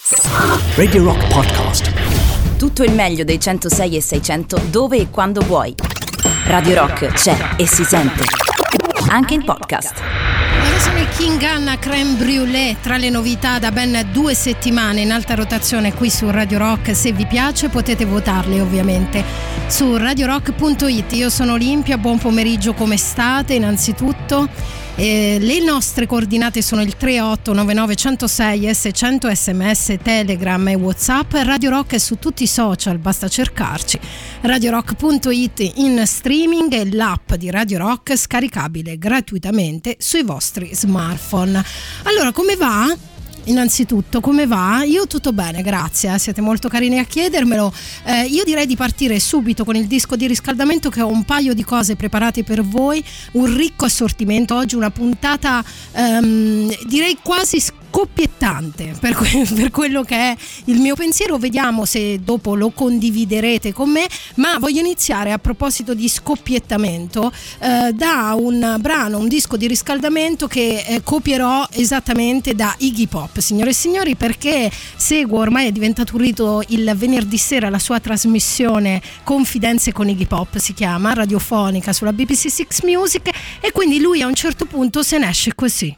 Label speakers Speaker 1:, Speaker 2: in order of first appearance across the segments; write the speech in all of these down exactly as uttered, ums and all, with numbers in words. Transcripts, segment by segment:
Speaker 1: Radio Rock Podcast.
Speaker 2: Tutto il meglio dei centosei e seicento dove e quando vuoi. Radio Rock c'è e si sente anche in podcast.
Speaker 3: Ora sono i King Anna Crème Brûlée, tra le novità da ben due settimane in alta rotazione qui su Radio Rock. Se vi piace potete votarli ovviamente su radio rock punto it. Io sono Olimpia, buon pomeriggio, come state innanzitutto? Eh, le nostre coordinate sono il tre otto nove nove uno zero sei S cento, sms, Telegram e WhatsApp. Radio Rock è su tutti i social, basta cercarci. radio rock punto it in streaming e l'app di Radio Rock scaricabile gratuitamente sui vostri smartphone. Allora, come va? Innanzitutto, come va? Io tutto bene, grazie, siete molto carini a chiedermelo. Eh, io direi di partire subito con il disco di riscaldamento, che ho un paio di cose preparate per voi, un ricco assortimento. Oggi una puntata ehm, direi quasi scoppiettante per, que- per quello che è il mio pensiero. Vediamo se dopo lo condividerete con me, ma voglio iniziare a proposito di scoppiettamento eh, da un brano, un disco di riscaldamento che eh, copierò esattamente da Iggy Pop, signore e signori, perché seguo, ormai è diventato un rito il venerdì sera, la sua trasmissione Confidenze con Iggy Pop, si chiama, radiofonica sulla B B C Six Music, e quindi lui a un certo punto se ne esce così.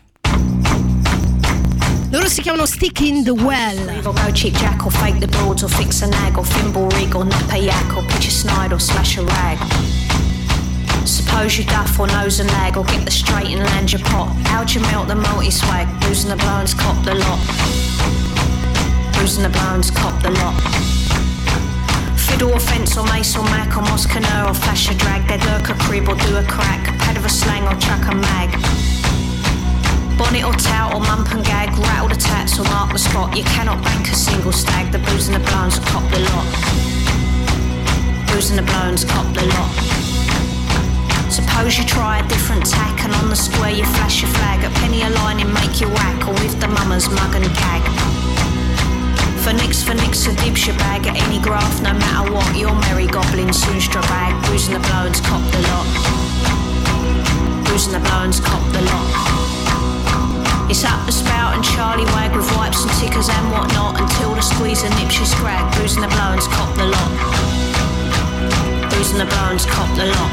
Speaker 3: Loro si chiamano Stick in the Well.
Speaker 4: Or go cheap jack or fake the broads or fix a nag or thimble rig or nap a yak or pitch a snide or slash a rag. Suppose you duff or nose a lag or get the straight and land your pot. How'd you melt the multi-swag? Boozing the bones, cop the lot. Boozing the bones, cop the lot. Fiddle or fence or mace or mac or moscaneur or flash a drag. They'd lurk a crib or do a crack. Pad of a slang or chuck a mag. Bonnet or tout or mump and gag, rattle the tats or mark the spot. You cannot bank a single stag. The booze and the blowns will cop the lot. Booze and the blowns cop the lot. Suppose you try a different tack and on the square you flash your flag. A penny a line and make you whack, or with the mummers mug and gag. For nix, for nix, a dibs your bag at any graft, no matter what. Your merry goblin soon strabag. Booze and the blowns cop the lot. Booze and the blowns cop the lot. It's up the spout and Charlie wag with wipes and tickers and whatnot, until the squeezer nips your scrag. Booze and the blowns cop the lot. Booze and the blowns cop the lot.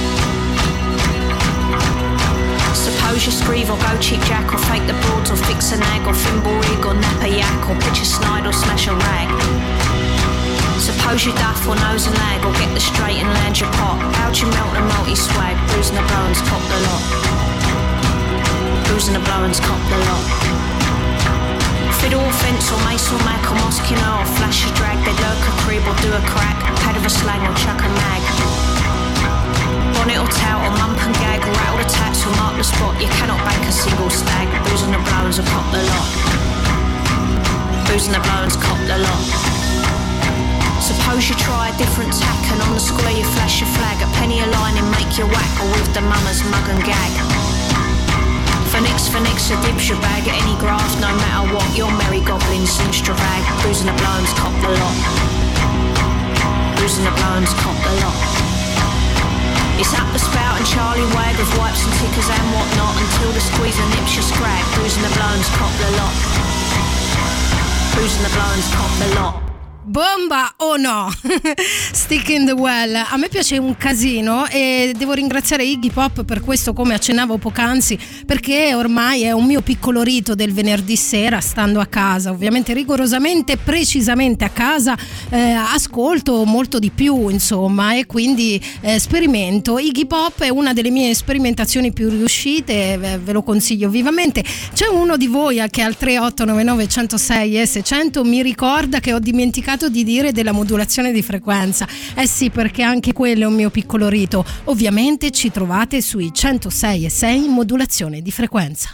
Speaker 4: Suppose you screeve or go cheap jack or fake the broads or fix a nag or thimble rig or nap a yak or pitch a snide or smash a rag. Suppose you duff or nose a lag or get the straight and land your pot. How'd you melt the multi-swag? Booze and the blowns cop the lot. Booze and the blowns cop the lot. Fiddle or fence or mace or mac or mosquino or flash a drag. They'd lurk a crib or do a crack. Pad of a slang or chuck a mag. Bonnet or tout or mump and gag, rattle the tats or mark the spot. You cannot bank a single stag. Booze and the blowns will cop the lot. Booze and the blowns cop the lot. Suppose you try a different tack and on the square you flash your flag. A penny a line and make you whack, or with the mummers mug and gag. For nix, for nix, a dibs your bag at any graft, no matter what. Your merry goblin seems to rag. Booze and the blowns cop the lot. Booze and the blowns cop the lot. It's up the spout and Charlie wag with wipes and tickers and whatnot, until the squeezer nips your scrag. Booze and the blowns cop the lot. Booze and the blowns cop the lot.
Speaker 3: Bomba o no? Stick in the Well, a me piace un casino e devo ringraziare Iggy Pop per questo, come accennavo poc'anzi, perché ormai è un mio piccolo rito del venerdì sera, stando a casa, ovviamente rigorosamente, precisamente a casa, eh, ascolto molto di più, insomma, e quindi eh, sperimento. Iggy Pop è una delle mie sperimentazioni più riuscite, ve, ve lo consiglio vivamente. C'è uno di voi che al tre otto nove nove uno zero sei S cento mi ricorda che ho dimenticato di dire della modulazione di frequenza. Eh sì, perché anche quello è un mio piccolo rito. Ovviamente ci trovate sui centosei e sei modulazione di frequenza.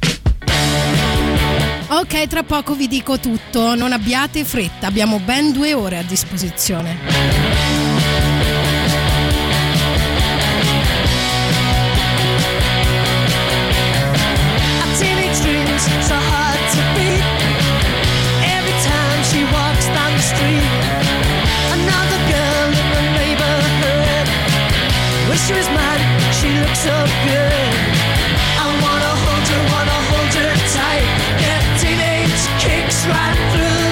Speaker 3: Ok, tra poco vi dico tutto, non abbiate fretta, abbiamo ben due ore a disposizione.
Speaker 5: So hard to beat. Every time she walks down the street, another girl in the neighborhood. Wish she was mine, she looks so good. I wanna hold her, wanna hold her tight. Get teenage kicks right through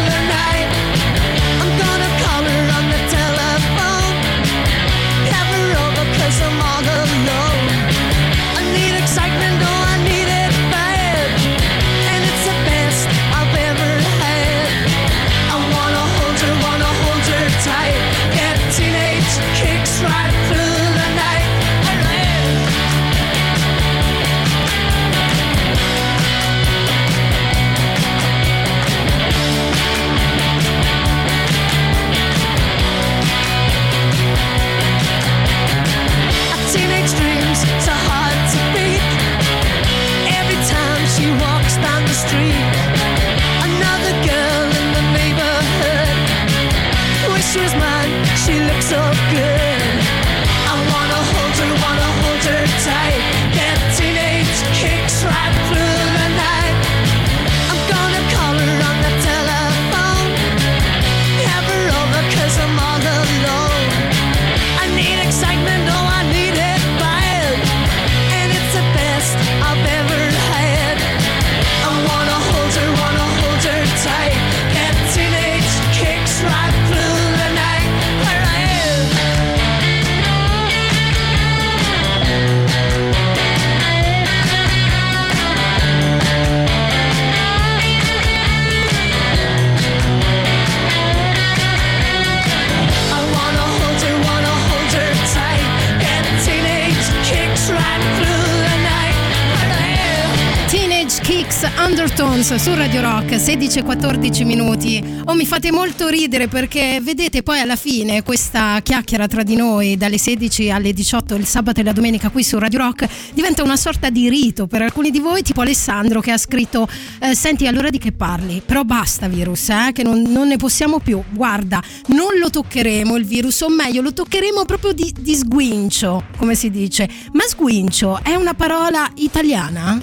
Speaker 3: Undertones su Radio Rock, sedici e quattordici minuti. Oh, mi fate molto ridere perché vedete poi alla fine questa chiacchiera tra di noi dalle sedici alle diciotto il sabato e la domenica qui su Radio Rock diventa una sorta di rito per alcuni di voi, tipo Alessandro che ha scritto eh, senti, allora di che parli? Però basta virus, eh, che non, non ne possiamo più. Guarda, non lo toccheremo il virus, o meglio lo toccheremo proprio di, di sguincio, come si dice. Ma sguincio è una parola italiana?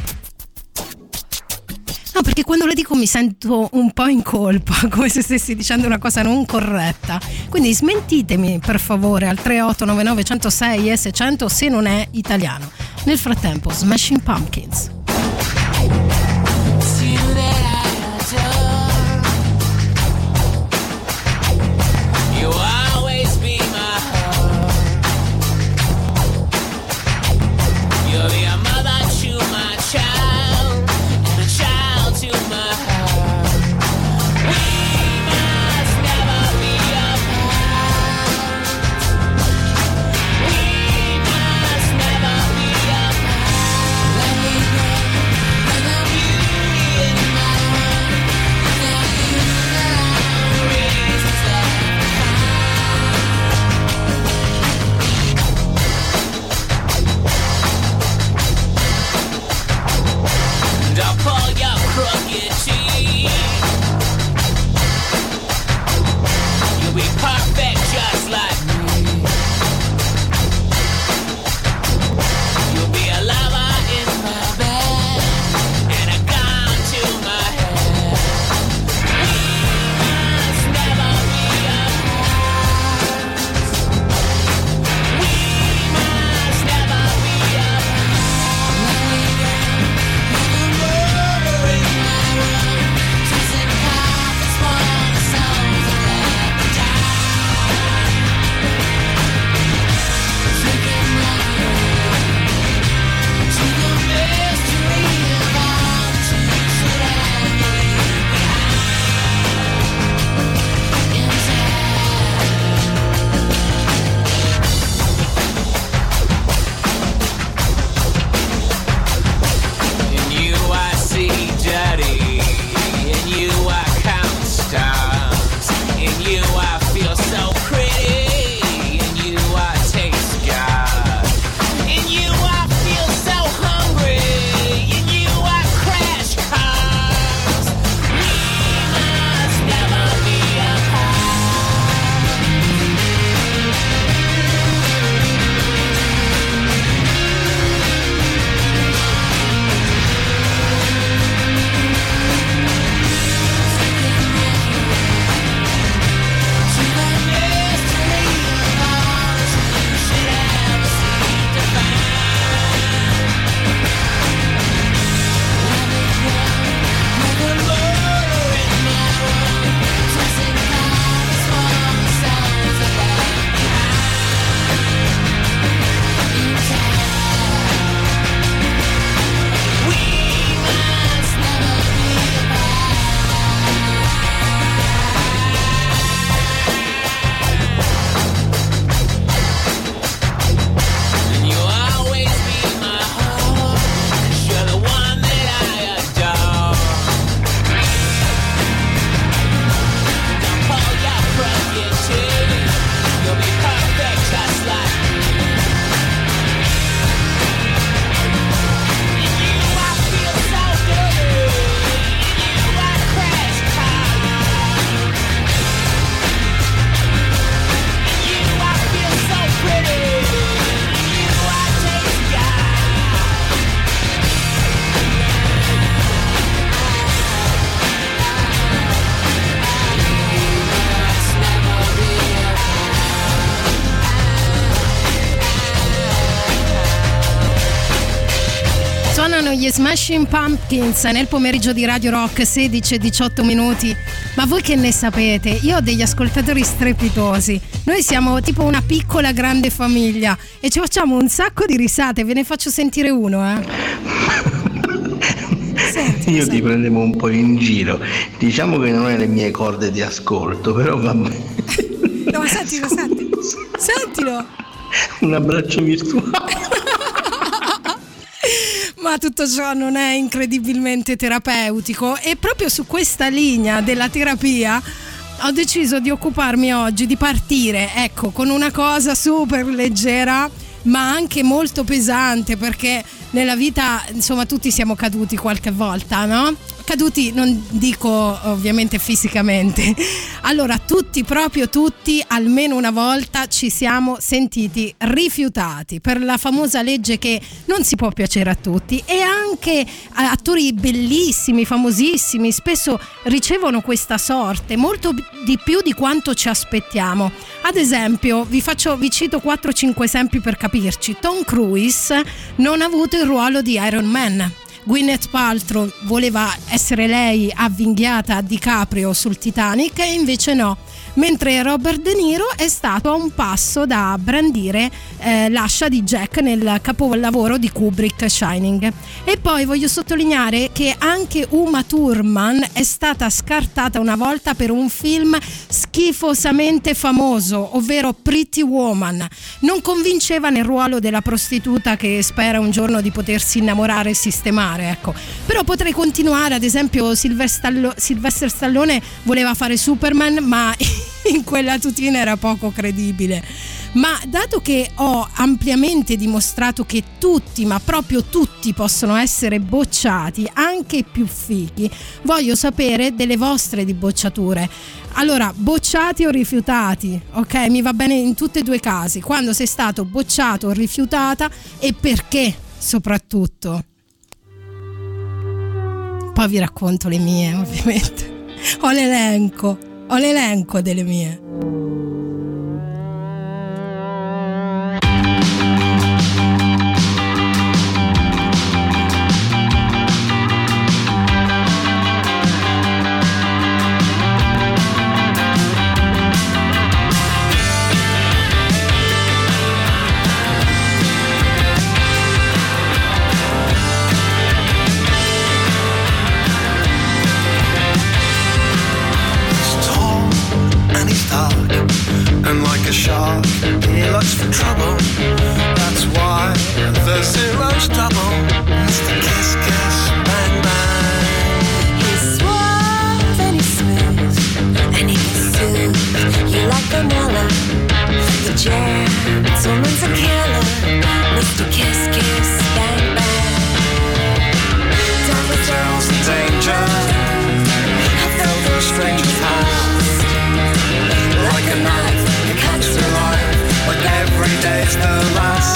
Speaker 3: No, perché quando lo dico mi sento un po' in colpa, come se stessi dicendo una cosa non corretta. Quindi smentitemi per favore al tre otto nove nove uno zero sei S cento se non è italiano. Nel frattempo, Smashing Pumpkins. Gli Smashing Pumpkins nel pomeriggio di Radio Rock, sedici e diciotto minuti. Ma voi che ne sapete? Io ho degli ascoltatori strepitosi. Noi siamo tipo una piccola grande famiglia e ci facciamo un sacco di risate. Ve ne faccio sentire uno, eh. Senti,
Speaker 6: Io
Speaker 3: senti.
Speaker 6: ti prendevo un po' in giro. Diciamo che non è le mie corde di ascolto, però va bene.
Speaker 3: No, ma sentilo, sentilo. Sentilo.
Speaker 6: Un abbraccio virtuale.
Speaker 3: Ma tutto ciò non è incredibilmente terapeutico, e proprio su questa linea della terapia ho deciso di occuparmi oggi, di partire, ecco, con una cosa super leggera ma anche molto pesante, perché nella vita, insomma, tutti siamo caduti qualche volta, no? Caduti non dico ovviamente fisicamente. Allora, tutti, proprio tutti, almeno una volta ci siamo sentiti rifiutati per la famosa legge che non si può piacere a tutti, e anche attori bellissimi, famosissimi, spesso ricevono questa sorte, molto di più di quanto ci aspettiamo. Ad esempio, vi faccio, vi cito quattro cinque esempi per capirci. Tom Cruise non ha avuto il ruolo di Iron Man. Gwyneth Paltrow voleva essere lei avvinghiata a DiCaprio sul Titanic e invece no, mentre Robert De Niro è stato a un passo da brandire eh, l'ascia di Jack nel capolavoro di Kubrick, Shining. E poi voglio sottolineare che anche Uma Thurman è stata scartata una volta per un film schifosamente famoso, ovvero Pretty Woman. Non convinceva nel ruolo della prostituta che spera un giorno di potersi innamorare e sistemare, ecco. Però potrei continuare, ad esempio Sylvester Stallone voleva fare Superman, ma in quella tutina era poco credibile. Ma dato che ho ampiamente dimostrato che tutti, ma proprio tutti, possono essere bocciati, anche i più fighi, voglio sapere delle vostre di bocciature. Allora, bocciati o rifiutati, ok? Mi va bene in tutti e due i casi, quando sei stato bocciato o rifiutata e perché soprattutto. Poi vi racconto le mie, ovviamente. Ho l'elenco, ho l'elenco delle mie.
Speaker 7: And like a shark, he looks for trouble. That's why the zero's double. Mister Kiss Kiss Bang Bang.
Speaker 8: He's suave and he's smooth, and he can soothe you like vanilla. The gentleman's a killer. Mister Kiss Kiss Bang Bang.
Speaker 7: Down with girls in danger, I felt those strangers past. Like a knife, it cuts through life, like every day's the last.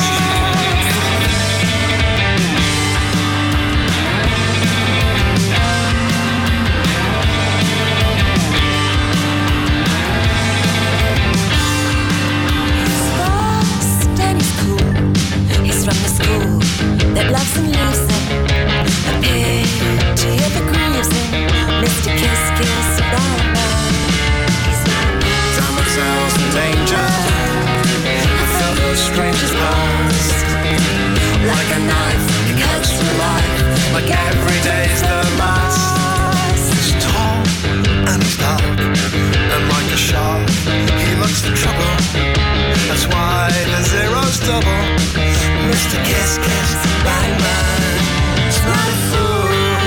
Speaker 8: He's fast and he's cool. He's from the school that loves and leaves him. A pity of the grieves him. Mister Kiss Kiss Bang Bang.
Speaker 7: In danger, I felt those strangers pass. Like a knife, it cuts through life, like every day's the last. He's tall and he's dark, and like a shark, he looks for trouble. That's why the zero's double. Mister Kiss Kiss Bang Bang, he's not a fool.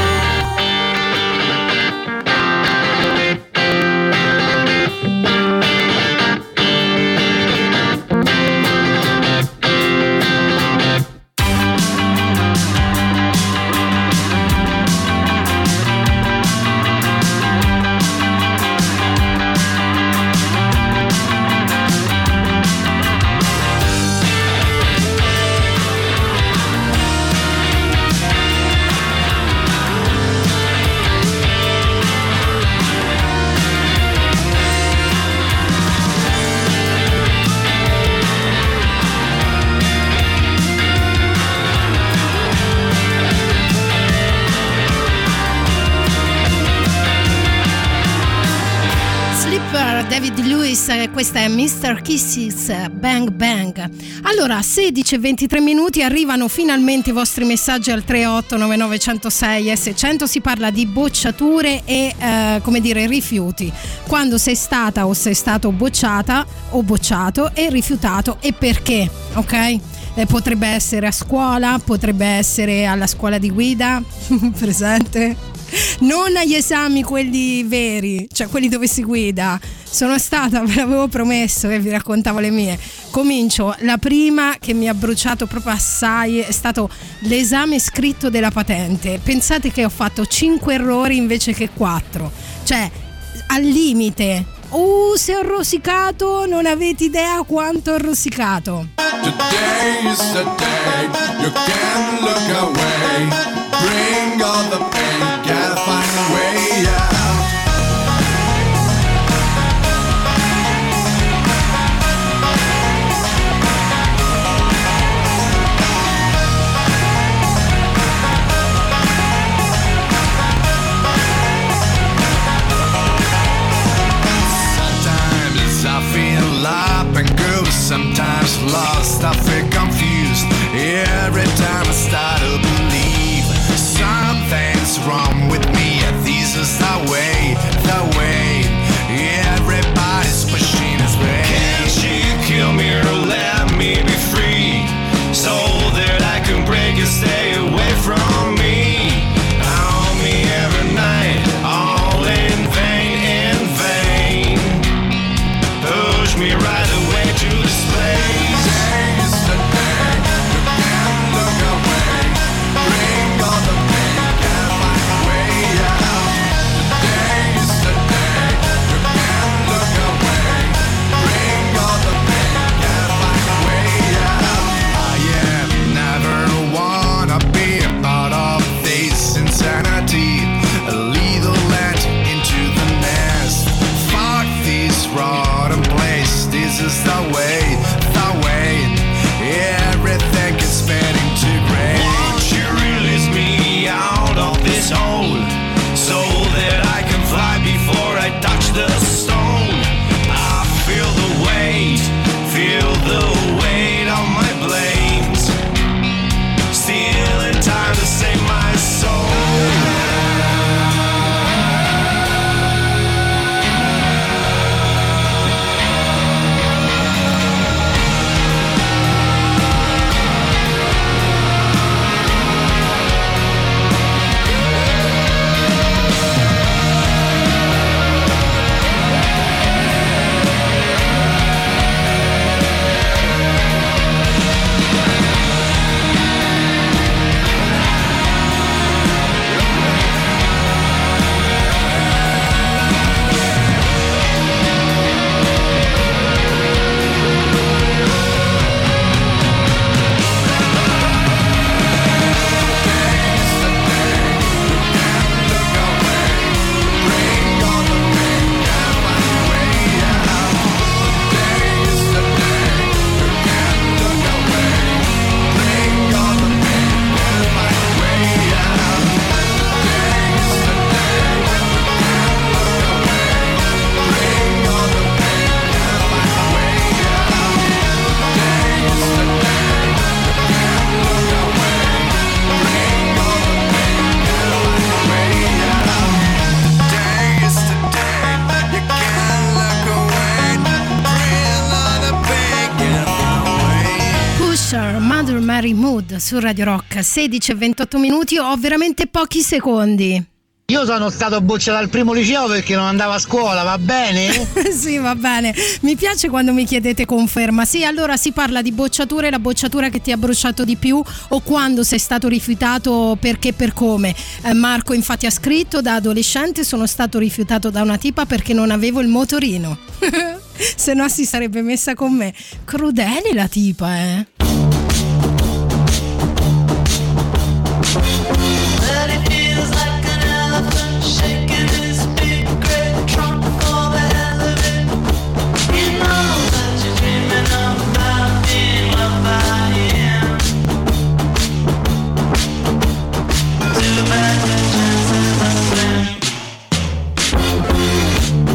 Speaker 3: David Lewis, questa è mister Kisses Bang Bang. Allora, sedici e ventitré minuti, arrivano finalmente i vostri messaggi al tre otto nove nove zero sei S cento. Si parla di bocciature e eh, come dire rifiuti, quando sei stata o sei stato bocciata o bocciato e rifiutato e perché, ok? eh, potrebbe essere a scuola, potrebbe essere alla scuola di guida, presente? Non agli esami quelli veri, cioè quelli dove si guida. Sono stata, ve l'avevo promesso che vi raccontavo le mie. Comincio, la prima che mi ha bruciato proprio assai è stato l'esame scritto della patente. Pensate che ho fatto cinque errori invece che quattro, cioè al limite. Uh, se ho rosicato, non avete idea quanto ho rosicato.
Speaker 7: Today is the day you can't look away. Bring all the pain, gotta find a way out. Sometimes lost, I feel confused every time I start to believe something's wrong with me. This is the way, the way everybody's pushing us way. Can't you kill me or let me be free, so that I can break and stay away from me? On me every night, all in vain, in vain. Push me right away to this place. Today's the day you can't look away. Bring all the pain, gotta find a way out. Today's the day you can't look away. Bring all the pain, gotta find a way out. I am never wanna be a part of this insanity. A little let into the nest. Fuck this rotten place. This is the way, the way everything is fading to gray. Won't you release me out of this hole, so that I can fly before I touch the stone? I feel the weight, feel the weight of my blames. Still in time to save my soul.
Speaker 3: Mother Mary Mood su Radio Rock, sedici e ventotto minuti, ho veramente pochi secondi.
Speaker 9: Io sono stato bocciato al primo liceo perché non andavo a scuola, va bene?
Speaker 3: Sì, va bene. Mi piace quando mi chiedete conferma. Sì, allora si parla di bocciature, la bocciatura che ti ha bruciato di più o quando sei stato rifiutato perché per come. Eh, Marco infatti ha scritto: da adolescente sono stato rifiutato da una tipa perché non avevo il motorino. Se no si sarebbe messa con me. Crudele la tipa, eh.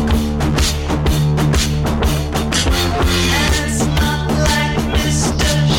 Speaker 5: It's not like Mister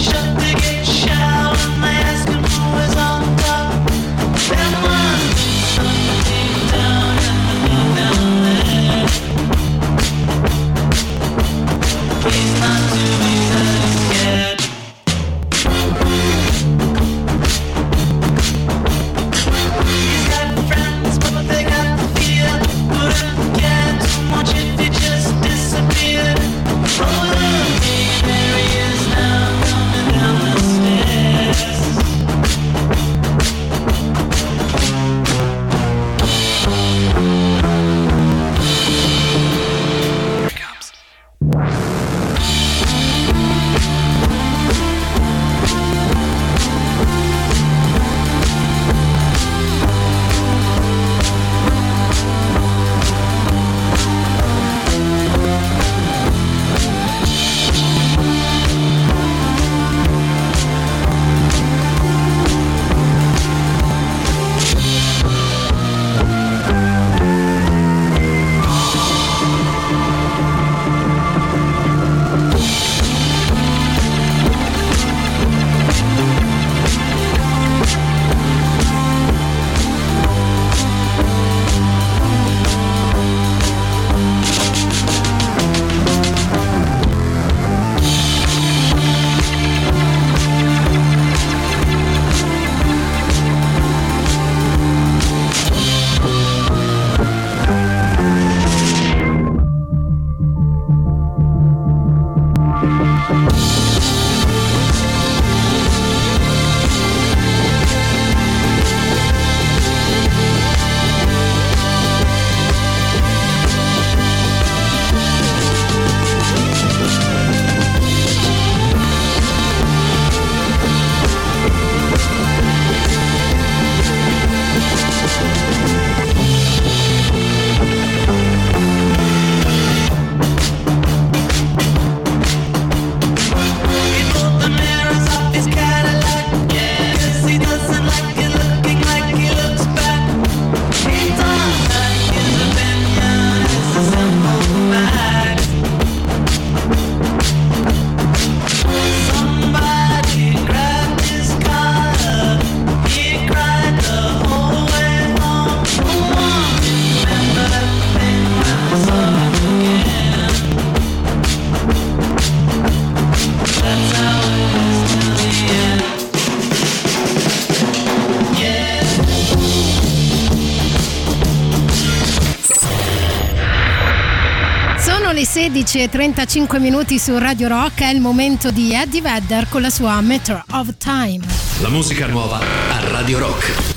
Speaker 3: Sono le sedici e trentacinque minuti su Radio Rock, è il momento di Eddie Vedder con la sua Matter of Time.
Speaker 1: La musica nuova a Radio Rock.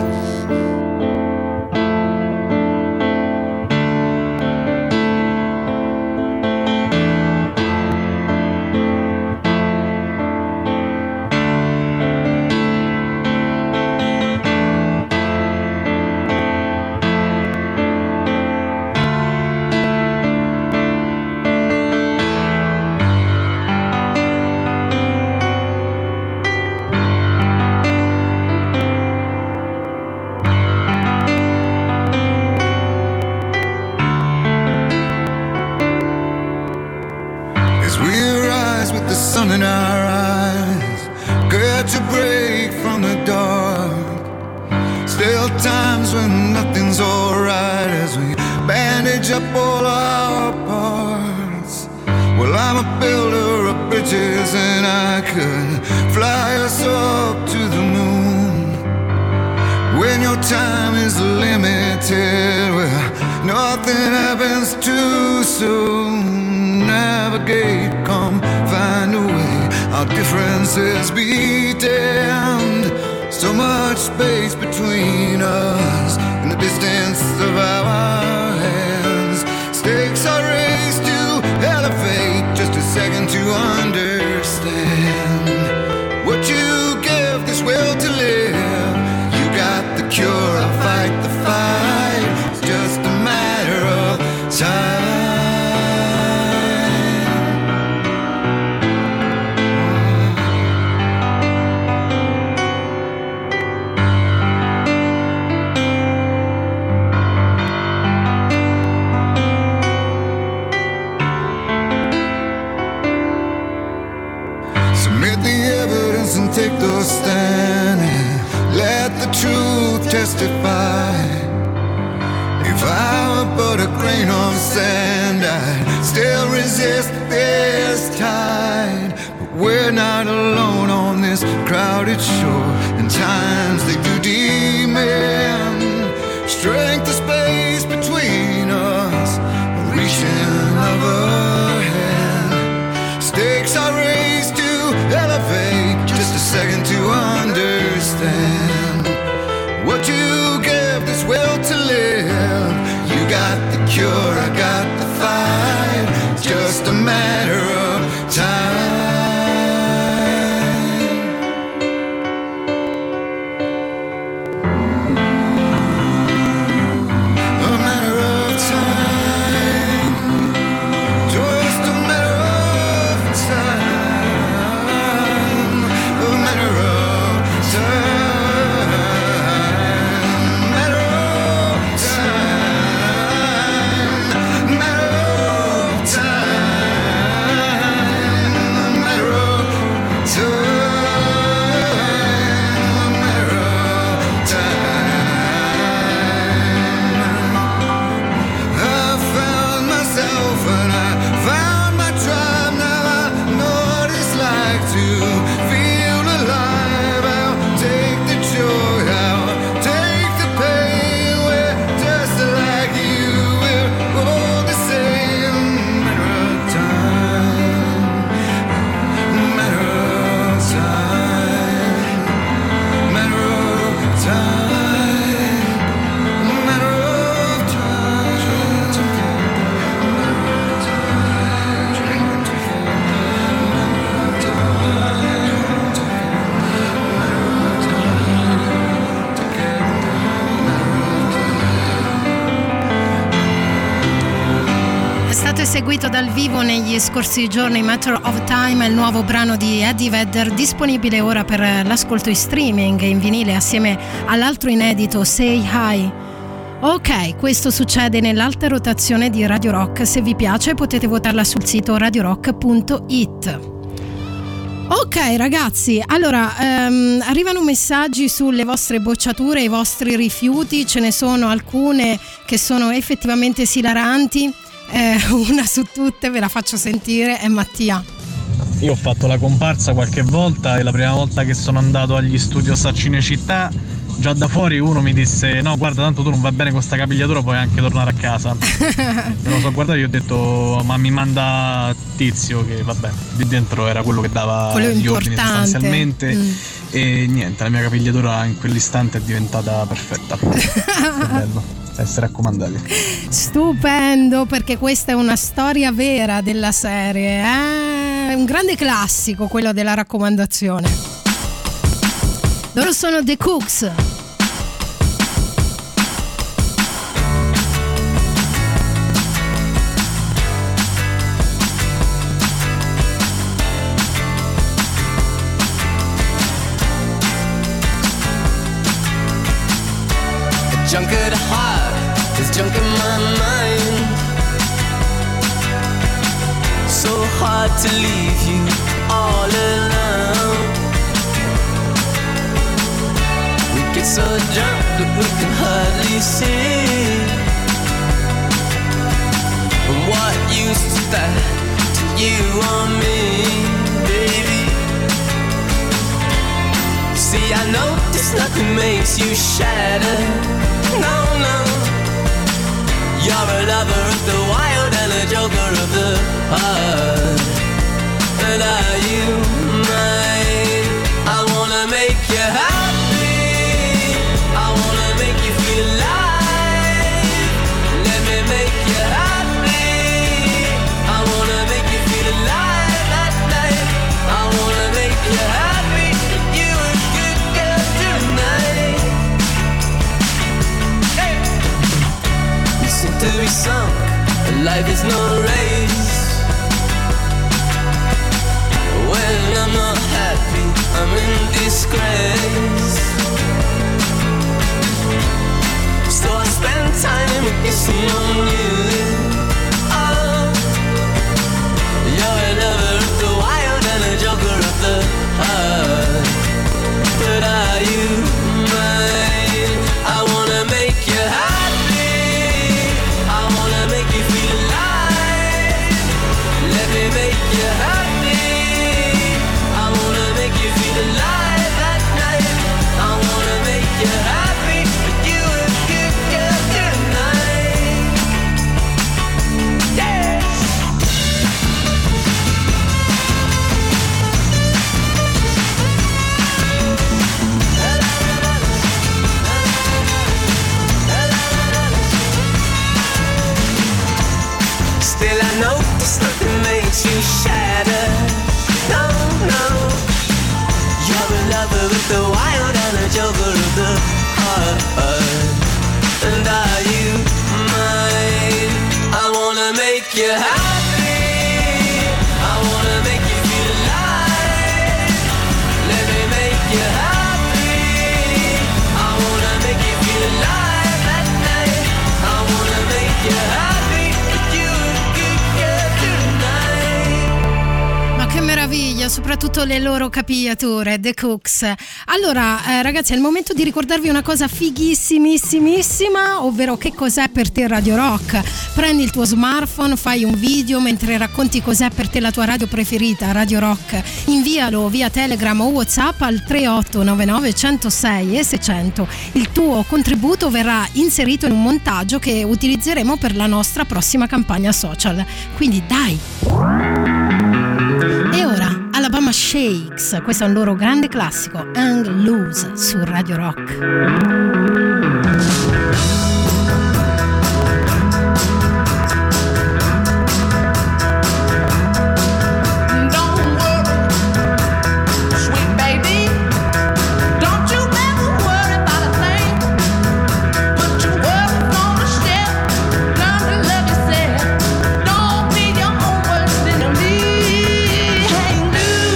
Speaker 3: Seguito dal vivo negli scorsi giorni, Matter of Time è il nuovo brano di Eddie Vedder, disponibile ora per l'ascolto in streaming in vinile assieme all'altro inedito Say Hi. Ok, questo succede nell'alta rotazione di Radio Rock. Se vi piace potete votarla sul sito radio rock punto it. Ok ragazzi, allora um, arrivano messaggi sulle vostre bocciature, i vostri rifiuti, ce ne sono alcune che sono effettivamente esilaranti. Eh, una su tutte ve la faccio sentire, è Mattia.
Speaker 10: Io ho fatto la comparsa qualche volta e la prima volta che sono andato agli studios a Cinecittà già da fuori uno mi disse no guarda tanto tu non va bene con sta capigliatura, puoi anche tornare a casa. Me lo so guardato e io ho detto ma mi manda Tizio, che vabbè di dentro era quello che dava
Speaker 3: quello
Speaker 10: gli ordini sostanzialmente.
Speaker 3: Mm.
Speaker 10: E niente, la mia capigliatura in quell'istante è diventata perfetta. Che bello essere raccomandati.
Speaker 3: Stupendo, perché questa è una storia vera della serie, eh? È un grande classico quello della raccomandazione. Loro sono The Cooks.
Speaker 5: Junk at heart, there's junk in my mind. So hard to leave you all alone. We get so drunk that we can hardly see. And what use is that to you or me, baby? See, I know this nothing makes you shatter. No, no. You're a lover of the wild and a joker of the heart. And are you mine? I wanna make you happy. I wanna make you feel alive. Let me make you happy. I wanna make you feel alive at night. I wanna make you happy. You a good girl tonight. To be sunk, life is no race. When I'm not happy, I'm in disgrace. So I spend time kissing on you. Oh, you're a lover of the wild and a joker of the heart. But are you mine? I wanna make you happy. Make you happy. I wanna make you feel alive at night. I wanna make you happy. You a good girl tonight. Yeah. Still I know there's nothing makes you shatter. No, no. You're a lover with the wild and a joker of the heart. And are you mine? I wanna make you happy. I wanna make you feel alive. Let me make you happy. I wanna make you feel alive at night. I wanna make you happy.
Speaker 3: Che meraviglia, soprattutto le loro capigliature, The Cooks. Allora eh, ragazzi, è il momento di ricordarvi una cosa fighissimissimissima, ovvero che cos'è per te Radio Rock. Prendi il tuo smartphone, fai un video mentre racconti cos'è per te la tua radio preferita, Radio Rock. Invialo via Telegram o WhatsApp al tre otto nove nove uno zero sei e seicento. Il tuo contributo verrà inserito in un montaggio che utilizzeremo per la nostra prossima campagna social. Quindi dai! E ora Alabama Shakes, questo è un loro grande classico, Hang Loose su Radio Rock.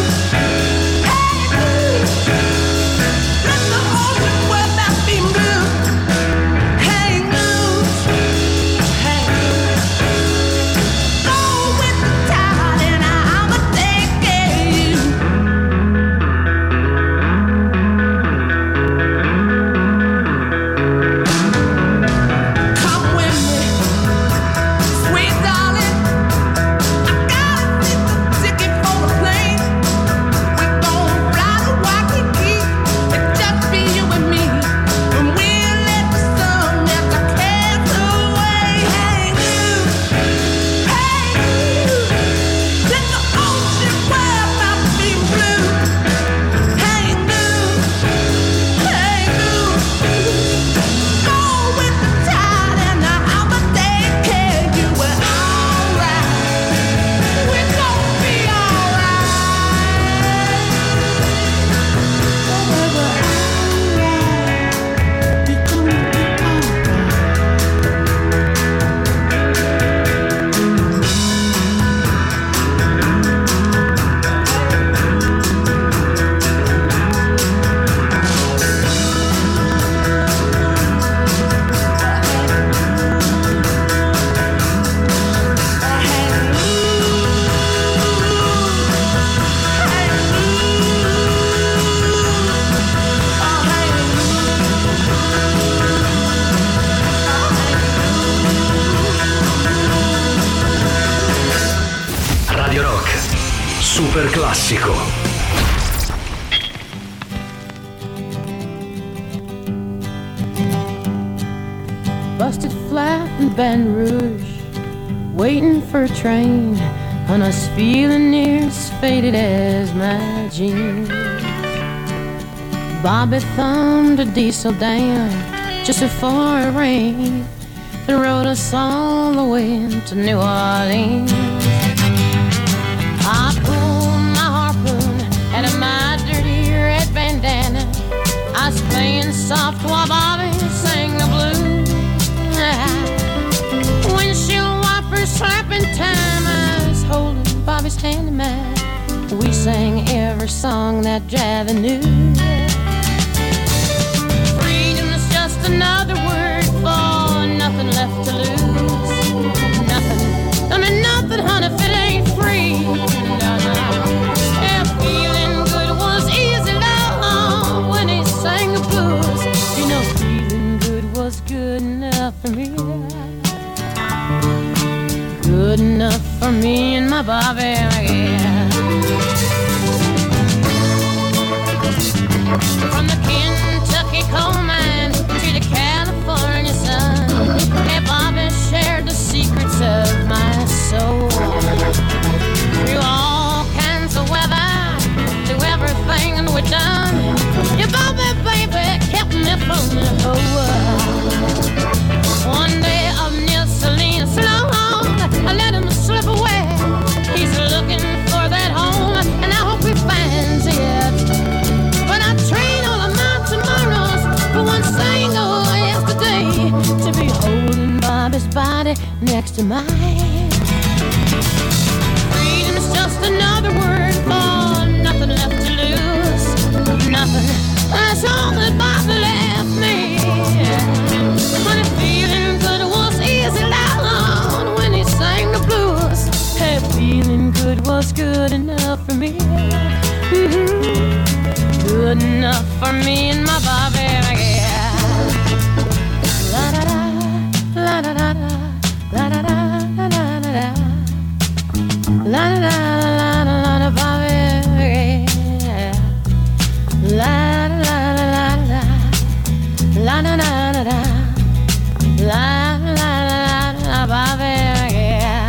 Speaker 5: Blue.
Speaker 1: super classico.
Speaker 11: Busted flat in Baton Rouge, waiting for a train, on us feeling near as faded as my jeans. Bobby thumbed a diesel down just before it rained and rode us all the way to New Orleans. I pulled my harpoon out of my dirty red bandana. I was playing soft while Bobby sang the blues. Windshield wipers slapping time, I was holding Bobby's hand in mine. We sang every song that Javi knew. Freedom is just another word for nothing left to lose. Nothing, I mean nothing, honey, if it ain't free. No, no. Yeah, feeling good was easy, love, when he sang the blues. You know, feeling good was good enough for me. Good enough for me and my Bobby, yeah. From the Kentucky coal mine to the California sun, hey, Bobby shared the secrets of my soul. Through all kinds of weather, through everything we've done, yeah, Bobby, baby, kept me from the whole world. One day up near Salinas, I let him slip away. He's looking for that home, and I hope he finds it. But I trade all of my tomorrows for one single yesterday, to be holding Bobby's body next to mine. Freedom's just another word for nothing left to lose. Nothing, that's all that Bobby left me. But if feeling good was easy, loud when he sang the blues, hey, feeling good was good enough for me. Mm-hmm. Good enough for me and my Bobby, yeah. La da da, la da da da, la da da da da da, la da da da da da, Bobby, yeah. La da da da da, la da da da da, la la la la, Bobby, yeah.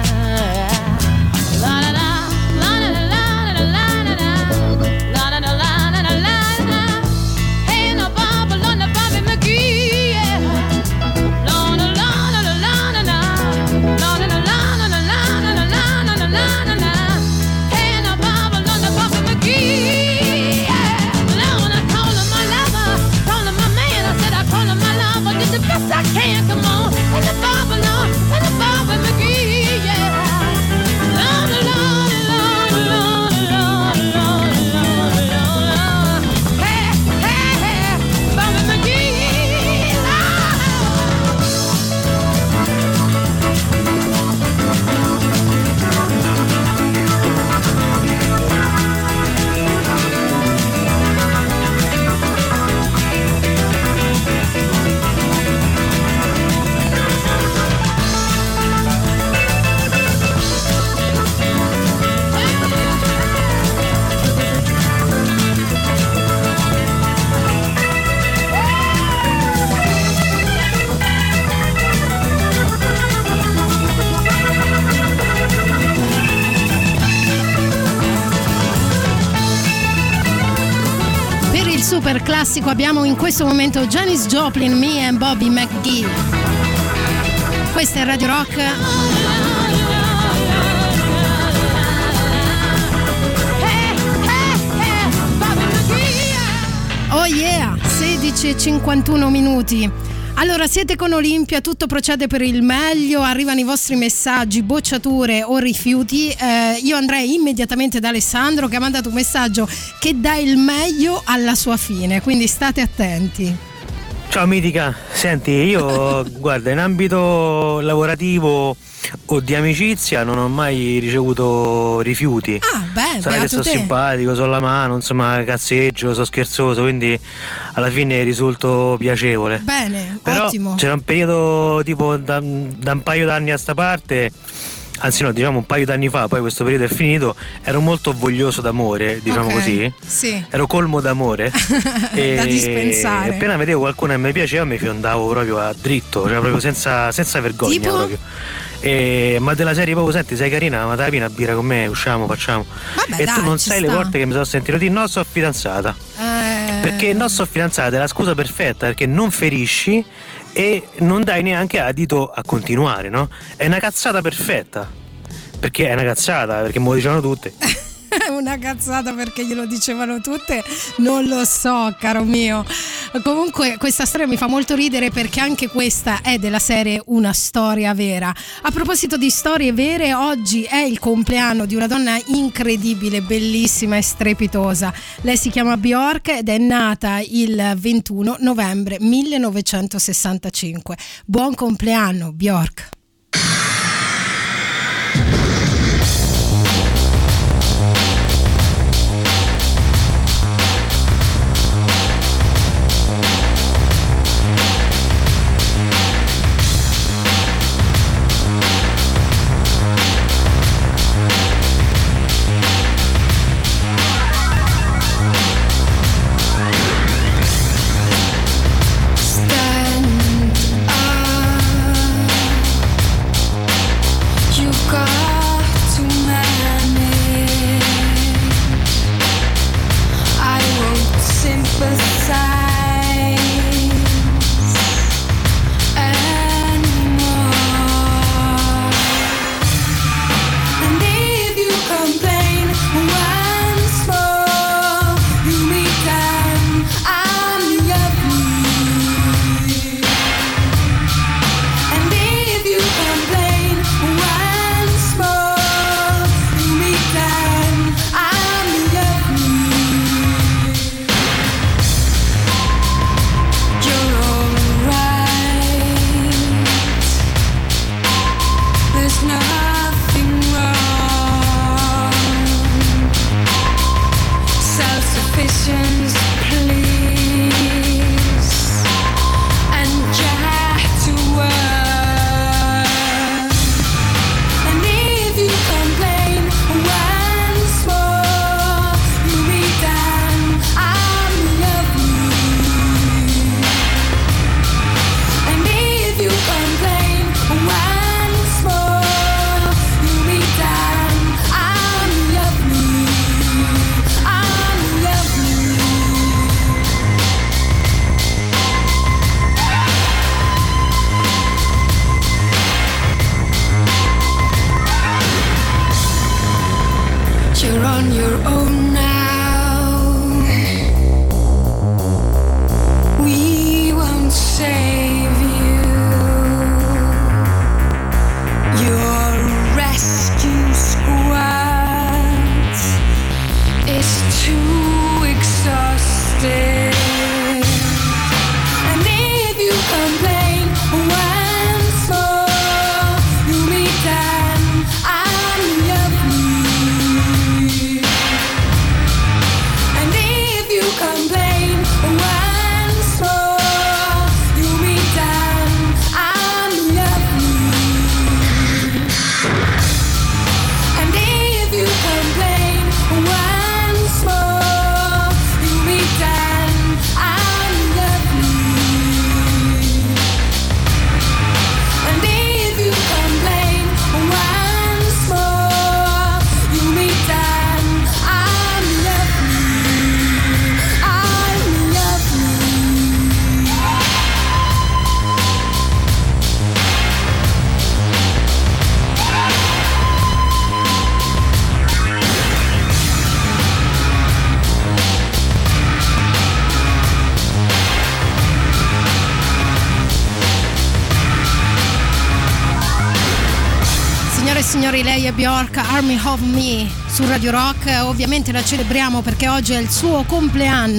Speaker 11: La da da, la da da la da la da da, la da da la da da la da. Hey, no Bobby, no no Bobby McGee, yeah. La da la da la da da, la da da la da la da da la da la da. Hey, no Bobby, no no Bobby McGee, yeah. Now when I call him my lover, call him my man, I said I call him my lover, did the best I can, come on. And the Bobby, no, and the Bobby McGee, yeah. La la la la la la la la la. Hey, hey, hey, Bobby McGee,
Speaker 3: super classico abbiamo in questo momento Janis Joplin, Me and Bobby McGee. Questa è Radio Rock. Oh yeah, sedici e cinquantuno minuti. Allora, siete con Olimpia, tutto procede per il meglio, arrivano i vostri messaggi, bocciature o rifiuti. Eh, io andrei immediatamente da Alessandro, che ha mandato un messaggio che dà il meglio alla sua fine, quindi state attenti.
Speaker 12: Ciao Mitica, senti, io guarda, in ambito lavorativo o di amicizia non ho mai ricevuto rifiuti.
Speaker 3: Ah, beh,
Speaker 12: sai che sono
Speaker 3: te.
Speaker 12: simpatico, so la mano, insomma, cazzeggio, so scherzoso, quindi alla fine risulto piacevole.
Speaker 3: Bene,
Speaker 12: però
Speaker 3: ottimo.
Speaker 12: C'era un periodo tipo da, da un paio d'anni a sta parte, anzi no, diciamo un paio d'anni fa, poi questo periodo è finito, ero molto voglioso d'amore, diciamo
Speaker 3: Ok,
Speaker 12: così.
Speaker 3: sì.
Speaker 12: Ero colmo d'amore.
Speaker 3: Da dispensare.
Speaker 12: Appena vedevo qualcuno che mi piaceva mi fiondavo proprio a dritto, cioè proprio senza, senza vergogna
Speaker 3: Tipo?
Speaker 12: proprio. E, ma della serie proprio, senti, sei carina, ma dai una birra con me, usciamo, facciamo.
Speaker 3: Vabbè,
Speaker 12: e
Speaker 3: dai,
Speaker 12: tu non
Speaker 3: ci
Speaker 12: sai le
Speaker 3: sta.
Speaker 12: volte che mi sono sentito dire no, sono fidanzata.
Speaker 3: Eh,
Speaker 12: Perché non so fidanzata è la scusa perfetta, perché non ferisci e non dai neanche adito a continuare, no? È una cazzata perfetta. Perché è una cazzata, perché me lo dicevano tutte.
Speaker 3: una cazzata perché glielo dicevano tutte, non lo so, caro mio. Comunque questa storia mi fa molto ridere perché anche questa è della serie Una storia vera. A proposito di storie vere, oggi è il compleanno di una donna incredibile, bellissima e strepitosa. Lei si chiama Björk ed è nata il ventuno novembre millenovecentosessantacinque. Buon compleanno, Björk. Signori, lei è Björk, Army of Me su Radio Rock. Ovviamente la celebriamo perché oggi è il suo compleanno.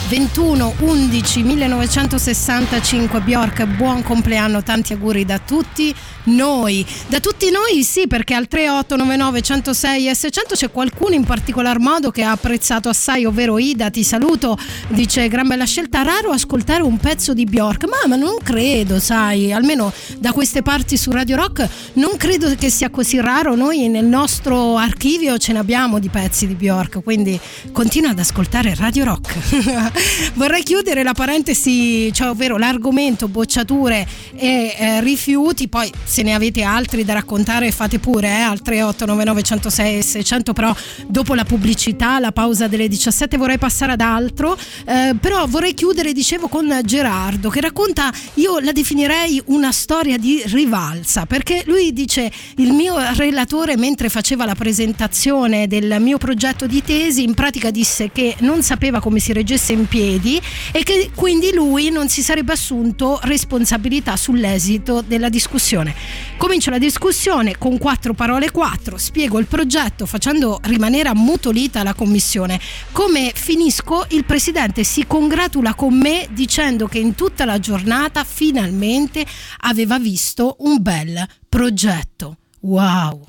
Speaker 3: ventuno undici millenovecentosessantacinque. Bjork, buon compleanno, tanti auguri da tutti noi. Da tutti noi sì, perché al tre otto nove nove uno zero sei e seicento c'è qualcuno in particolar modo che ha apprezzato assai, ovvero Ida, ti saluto, dice gran bella scelta, raro ascoltare un pezzo di Bjork, ma, ma non credo, sai, almeno da queste parti su Radio Rock non credo che sia così raro. Noi nel nostro archivio ce ne abbiamo di pezzi di Bjork, quindi continua ad ascoltare Radio Rock. Vorrei chiudere la parentesi, cioè ovvero l'argomento bocciature e eh, rifiuti, poi se ne avete altri da raccontare fate pure eh, al tre otto nove nove uno zero sei e seicento, però dopo la pubblicità, la pausa delle diciassette vorrei passare ad altro, eh, però vorrei chiudere, dicevo, con Gerardo che racconta, io la definirei una storia di rivalsa, perché lui dice: il mio relatore mentre faceva la presentazione del mio progetto di tesi in pratica disse che non sapeva come si reggesse in piedi e che quindi lui non si sarebbe assunto responsabilità sull'esito della discussione. Comincio la discussione con quattro parole quattro, spiego il progetto facendo rimanere ammutolita la commissione. Come finisco, il presidente si congratula con me dicendo che in tutta la giornata finalmente aveva visto un bel progetto. Wow!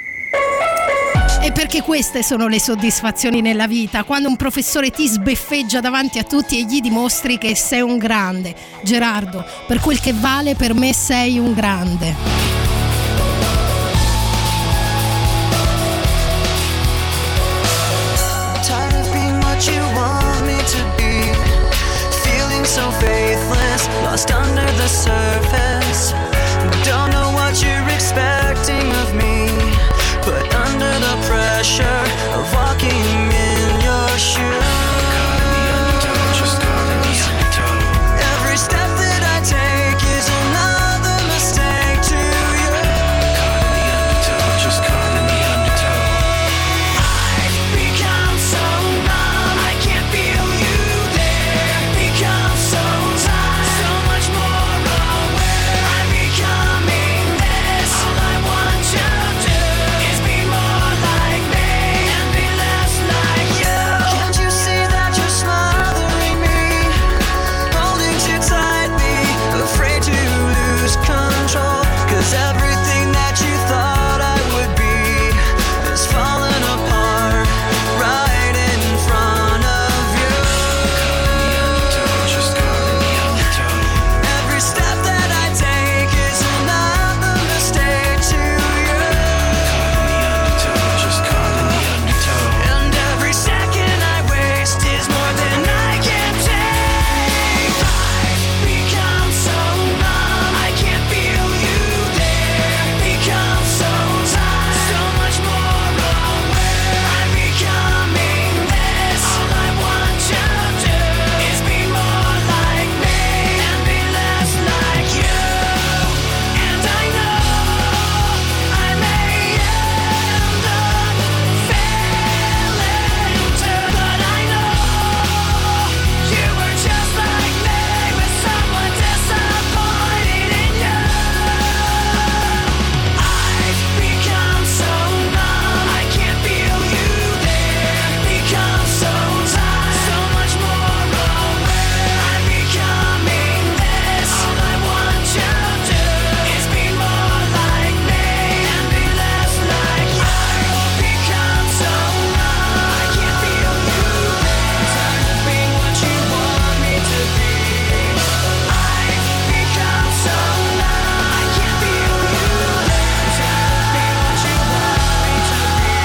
Speaker 3: E perché queste sono le soddisfazioni nella vita, quando un professore ti sbeffeggia davanti a tutti e gli dimostri che sei un grande. Gerardo, per quel che vale, per me sei un grande.
Speaker 5: So faithless, lost under the surface. Don't know what you're expecting of me, but under the pressure of walking in your shoes, every step that I take is another mistake to you. Just caught in the undertow. I've become so numb, I can't feel you there. Become so tired, so much more aware. I'm becoming this. All I want you to do is be more like me and be less like you. Can't you see that you're smothering me, holding too tightly, afraid to lose control? 'Cause everything that you thought I would be is falling apart right in front of you. Just caught in the undertow. Every step that I take is another mistake to you. Just caught in the undertow. And every second I waste is more than I can take. I've become so numb, I can't feel you there. Become so tired, so much more aware. I'm becoming this. All I want you to do is be more like me and be less like you. And I know I may end up failing too, but I know you were just like me, with someone disappointed in you. I've become so numb, I can't feel you there. Become so tired, so much more aware. I'm becoming this. All I want you to do is be more like me and be less like you. I've become so numb, I can't feel you there. Tired of being what you want me to be. I've become so numb, I can't feel you there. Tired of being what you want me to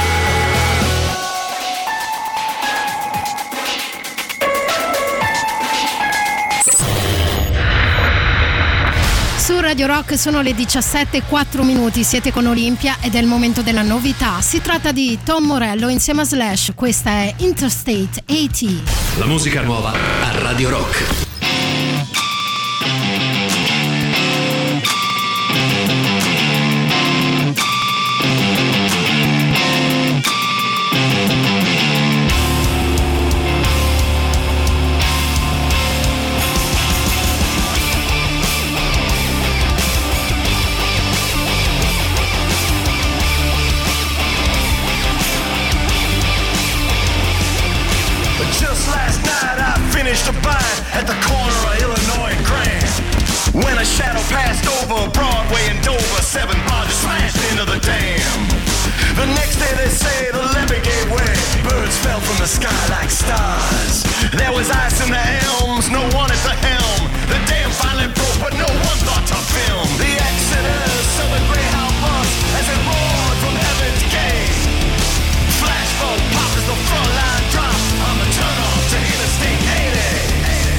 Speaker 3: Su Radio Rock sono le diciassette e quattro minuti, siete con Olimpia ed è il momento della novità. Si tratta di Tom Morello insieme a Slash, questa è Interstate ottanta.
Speaker 1: La musica nuova a Radio Rock.
Speaker 7: Just last night I finished managed to bide at the corner of Illinois and Grand. When a shadow passed over Broadway and Dover, seven barges smashed into the dam. The next day they say the levee gave way. Birds fell from the sky like stars. There was ice in the elms, no one at the helm. The dam finally broke, but no one thought to film. The Exodus of the Greyhound bus as it roared from Heaven's Gate. Flashbulb pop as the front line dropped on the turnoff to Interstate eighty.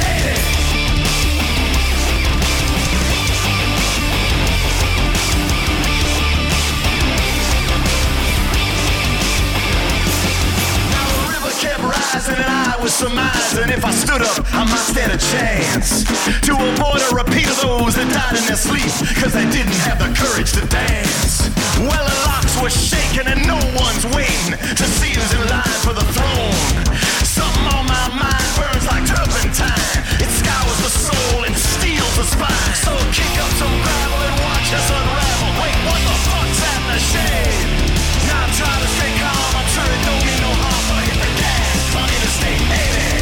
Speaker 7: Kept rising and I was surmising if I stood up I might stand a chance to avoid a repeat of those that died in their sleep cause they didn't have the courage to dance. Well, the locks were shaking and no one's waiting to see who's in line for the throne. Something on my mind burns like turpentine. It scours the soul and steals the spine. So kick up some gravel and watch us unravel. Wait, what the fuck's at the shade? Now I'm trying to stay calm, I'm sure it don't mean no harm, but hit the gas on Interstate eighty.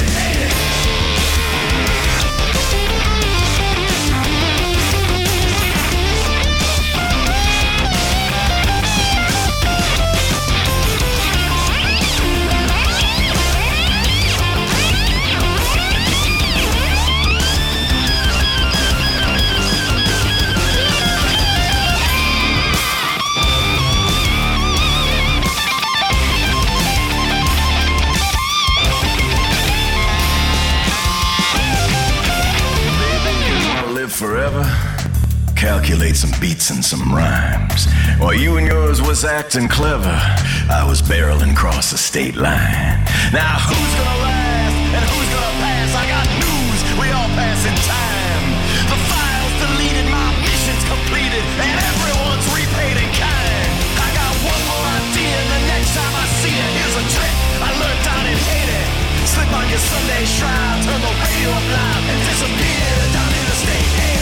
Speaker 7: Forever, calculate some beats and some rhymes. While you and yours was acting clever, I was barreling across the state line. Now who's gonna last and who's gonna pass? I got news, we all pass in time. The file's deleted, my mission's completed, and everyone's repaid in kind. I got one more idea, the next time I see it, here's a trick I learned down in Haiti. Slip on your Sunday shroud, turn the radio up loud, and disappear down Interstate eighty.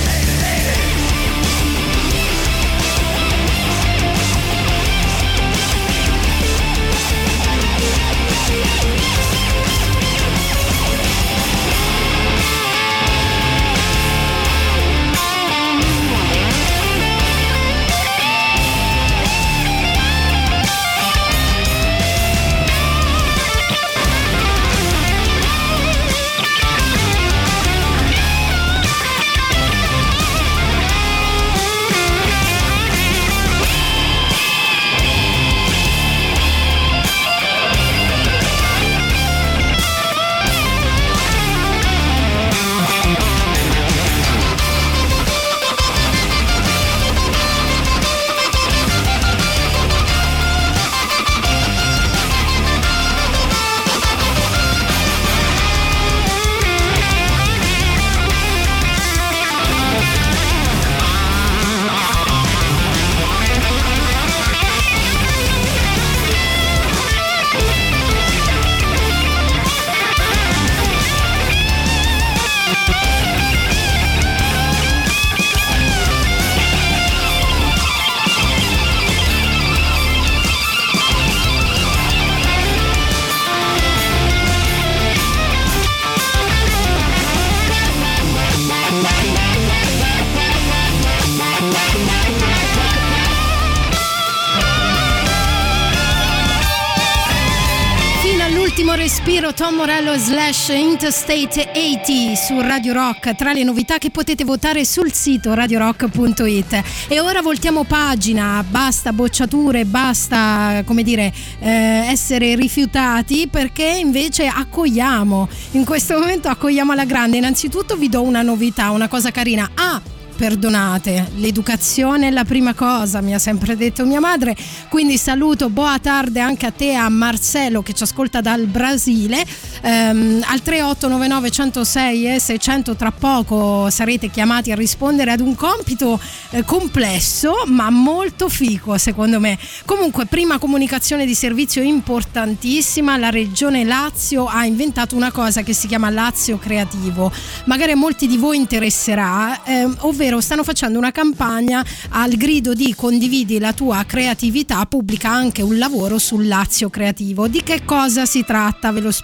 Speaker 7: Respiro, Tom Morello slash Interstate ottanta su Radio Rock, tra le novità che potete votare sul sito radio rock punto it. E ora voltiamo pagina, basta bocciature, basta, come dire, eh, essere rifiutati, perché invece accogliamo, in questo momento accogliamo alla grande. Innanzitutto vi do una novità, una cosa carina. Ah, perdonate, l'educazione è la prima cosa, mi ha sempre detto mia madre, quindi saluto boa tarde anche a te, a Marcelo che ci ascolta dal Brasile. ehm, al tre otto nove nove uno zero sei seicento tra poco sarete chiamati a rispondere ad un compito eh, complesso ma molto fico secondo me. Comunque, prima comunicazione di servizio importantissima: la regione Lazio ha inventato una cosa che si chiama Lazio Creativo, magari a molti di voi interesserà, eh, ovvero stanno facendo una campagna al grido di condividi la tua creatività, pubblica anche un lavoro sul Lazio Creativo. Di che cosa si tratta? Ve lo spiego subito.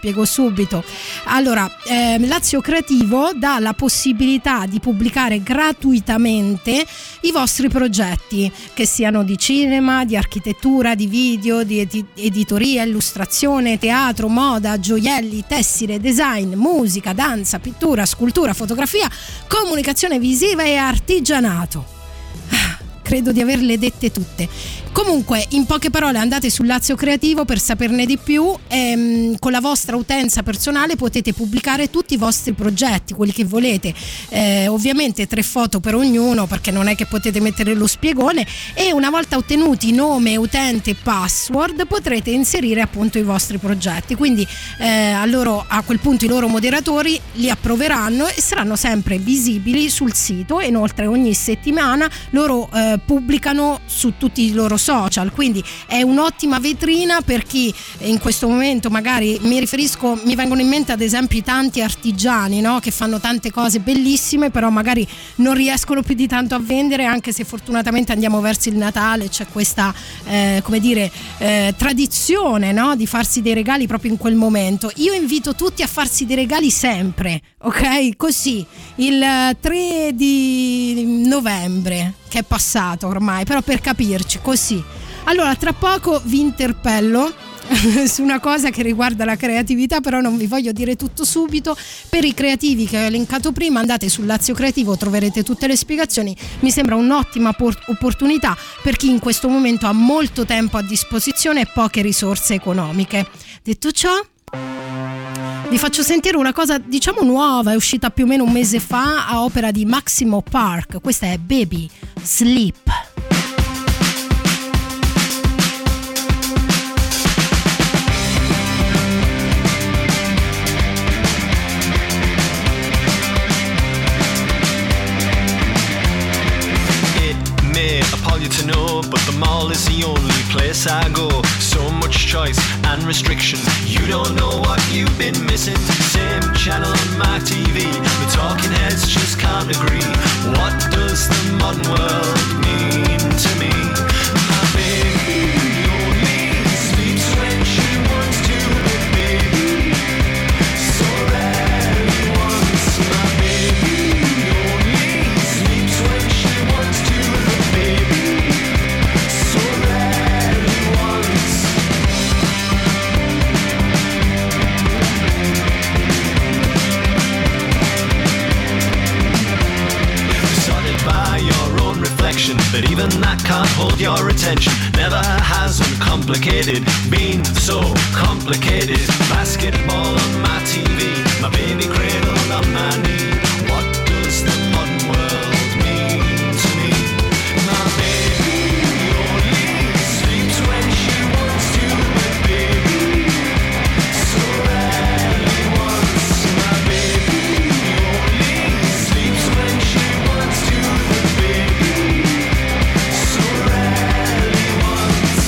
Speaker 3: subito. Allora, eh, Lazio Creativo dà la possibilità di pubblicare gratuitamente i vostri progetti, che siano di cinema, di architettura, di video, di edi- editoria, illustrazione, teatro, moda, gioielli, tessile, design, musica, danza, pittura, scultura, fotografia, comunicazione visiva e artigianato. Credo di averle dette tutte. Comunque, in poche parole, andate su Lazio Creativo per saperne di più. E, con la vostra utenza personale potete pubblicare tutti i vostri progetti, quelli che volete. Eh, ovviamente tre foto per ognuno, perché non è che potete mettere lo spiegone. E una volta ottenuti nome, utente e password, potrete inserire appunto i vostri progetti. Quindi eh, a, loro, a quel punto i loro moderatori li approveranno e saranno sempre visibili sul sito. Inoltre ogni settimana loro eh, pubblicano su tutti i loro social, quindi è un'ottima vetrina per chi in questo momento, magari mi riferisco, mi vengono in mente ad esempio i tanti artigiani, no? Che fanno tante cose bellissime, però magari non riescono più di tanto a vendere, anche se fortunatamente andiamo verso il Natale, c'è questa eh, come dire eh, tradizione, no? Di farsi dei regali proprio in quel momento. Io invito tutti a farsi dei regali sempre, ok? Così il tre di novembre, che è passato ormai, però per capirci, così. Allora, tra poco vi interpello su una cosa che riguarda la creatività, però non vi voglio dire tutto subito. Per i creativi che ho elencato prima, andate sul Lazio Creativo, troverete tutte le spiegazioni. Mi sembra un'ottima por- opportunità per chi in questo momento ha molto tempo a disposizione e poche risorse economiche. Detto ciò, vi faccio sentire una cosa diciamo nuova, è uscita più o meno un mese fa a opera di Maximo Park. Questa è Baby Sleep.
Speaker 13: To know, but the mall is the only place I go. So much choice and restriction, you don't know what you've been missing. Same channel on my T V, the talking heads just can't agree. What does the modern world mean to me? My baby only sleeps when she wants to, but baby so rarely wants. My baby only sleeps when she wants to, but baby but even that can't hold your attention. Never has uncomplicated been so complicated. Basketball on my T V, my baby cradled on my knee. What does the modern world mean to me? My baby only sleeps when she wants to, but baby so rarely wants. My baby only sleeps when she wants to, but baby so rarely wants.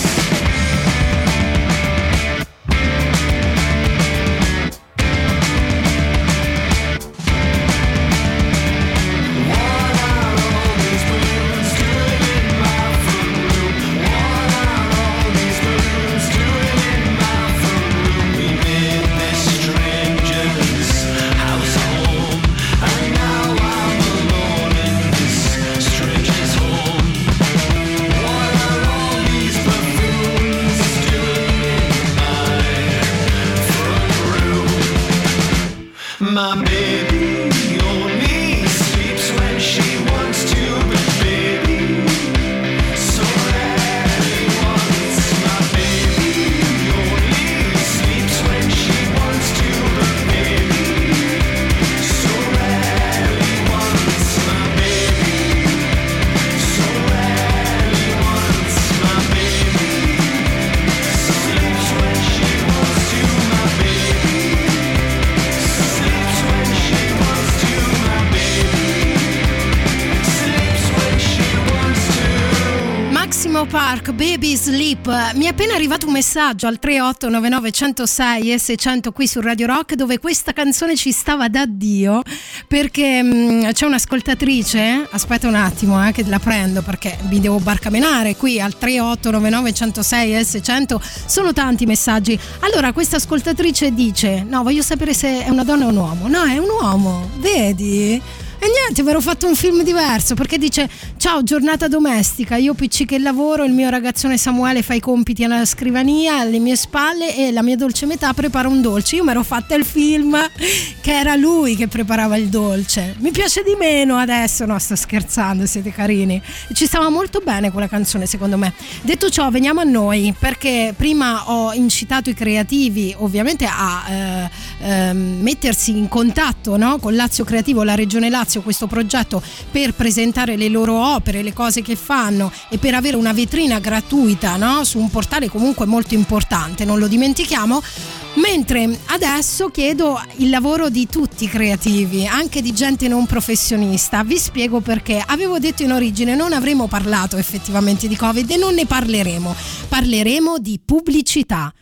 Speaker 3: Park, Baby Sleep. Mi è appena arrivato un messaggio al tre otto nove nove uno zero sei e seicento qui su Radio Rock, dove questa canzone ci stava da Dio, perché mh, c'è un'ascoltatrice, aspetta un attimo eh, che la prendo perché mi devo barcamenare qui al tre otto nove nove uno zero sei e seicento, sono tanti messaggi. Allora questa ascoltatrice dice: no, voglio sapere se è una donna o un uomo. No, è un uomo, vedi? E niente, ve l'ho fatto un film diverso, perché dice: ciao, giornata domestica, io P C che lavoro, il mio ragazzone Samuele fa i compiti alla scrivania alle mie spalle e la mia dolce metà prepara un dolce. Io mi ero fatta il film che era lui che preparava il dolce. Mi piace di meno adesso. No, sto scherzando, siete carini. Ci stava molto bene quella canzone, secondo me. Detto ciò, veniamo a noi, perché prima ho incitato i creativi ovviamente a eh, eh, mettersi in contatto, no, con Lazio Creativo, la Regione Lazio, questo progetto per presentare le loro opere, le cose che fanno e per avere una vetrina gratuita, no, su un portale comunque molto importante, non lo dimentichiamo. Mentre adesso chiedo il lavoro di tutti i creativi, anche di gente non professionista. Vi spiego perché. Avevo detto in origine non avremo parlato effettivamente di Covid e non ne parleremo. Parleremo di pubblicità.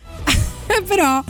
Speaker 3: Però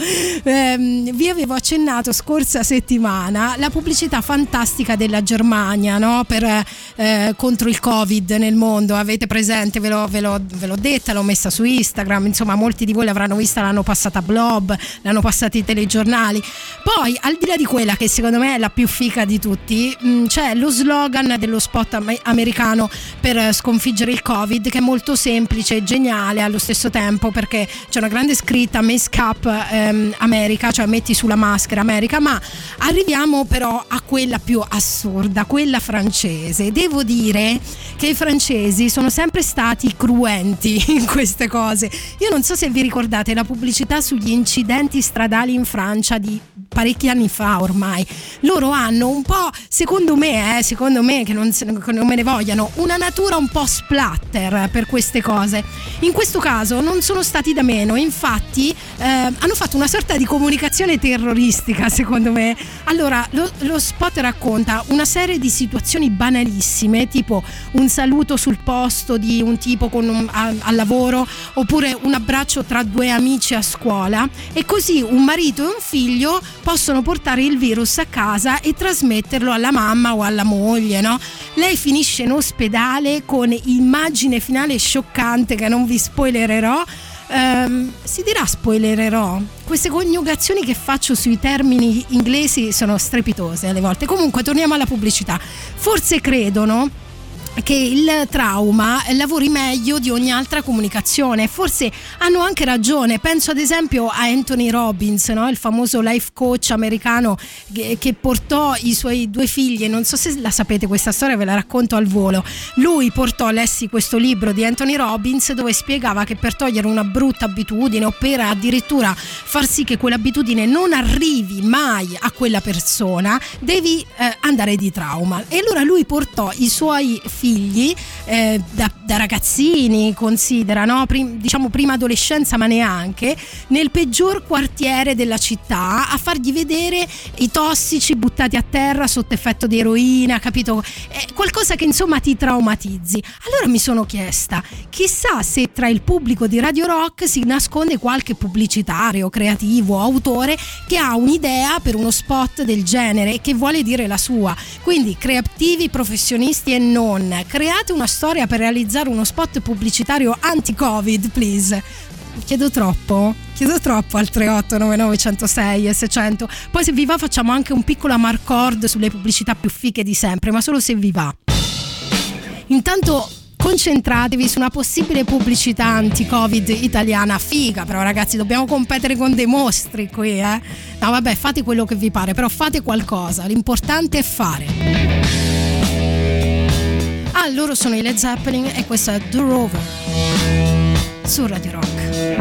Speaker 3: ehm, vi avevo accennato scorsa settimana la pubblicità fantastica della Germania, no? Per, eh, contro il Covid nel mondo. Avete presente? Ve l'ho, ve, l'ho, ve l'ho detta, l'ho messa su Instagram, insomma molti di voi l'avranno vista, l'hanno passata a Blob, l'hanno passata ai telegiornali. Poi al di là di quella che secondo me è la più fica di tutti, mh, c'è lo slogan dello spot am- americano per sconfiggere il Covid, che è molto semplice e geniale allo stesso tempo, perché c'è una grande scritta Mask Up ehm, America, cioè metti sulla maschera America. Ma arriviamo però a quella più assurda, quella francese. Devo dire che i francesi sono sempre stati cruenti in queste cose. Io non so se vi ricordate la pubblicità sugli incidenti stradali in Francia di parecchi anni fa ormai. Loro hanno un po', secondo me, eh, secondo me che non, che non me ne vogliano, una natura un po' splatter per queste cose. In questo caso non sono stati da meno, infatti eh, hanno fatto una sorta di comunicazione terroristica, secondo me. Allora, lo, lo spot racconta una serie di situazioni banalissime, tipo un saluto sul posto di un tipo con un, a, al lavoro, oppure un abbraccio tra due amici a scuola, e così un marito e un figlio possono portare il virus a casa e trasmetterlo alla mamma o alla moglie, no? Lei finisce in ospedale con immagine finale scioccante che non vi spoilererò. Um, si dirà spoilererò? Queste coniugazioni che faccio sui termini inglesi sono strepitose alle volte. Comunque torniamo alla pubblicità. Forse credono che il trauma lavori meglio di ogni altra comunicazione. Forse hanno anche ragione. Penso ad esempio a Anthony Robbins, no? Il famoso life coach americano che, che portò i suoi due figli, non so se la sapete questa storia, ve la racconto al volo. Lui portò, lessi questo libro di Anthony Robbins dove spiegava che per togliere una brutta abitudine o per addirittura far sì che quell'abitudine non arrivi mai a quella persona, devi eh, andare di trauma. E allora lui portò i suoi figli figli eh, da, da ragazzini, considera, no? Prim, diciamo prima adolescenza, ma neanche, nel peggior quartiere della città, a fargli vedere i tossici buttati a terra sotto effetto di eroina, capito? Eh, qualcosa che insomma ti traumatizzi. Allora mi sono chiesta, chissà se tra il pubblico di Radio Rock si nasconde qualche pubblicitario, creativo, autore che ha un'idea per uno spot del genere e che vuole dire la sua. Quindi creativi, professionisti e non, create una storia per realizzare uno spot pubblicitario anti-Covid, please. Chiedo troppo? Chiedo troppo al tre otto nove nove uno zero sei e seicento. Poi se vi va facciamo anche un piccolo amarcord sulle pubblicità più fiche di sempre, ma solo se vi va. Intanto concentratevi su una possibile pubblicità anti-Covid italiana figa. Però ragazzi, dobbiamo competere con dei mostri qui, eh. No vabbè, fate quello che vi pare, però fate qualcosa, l'importante è fare. Ah, loro sono i Led Zeppelin e questa è Do Rover su Radio Rock.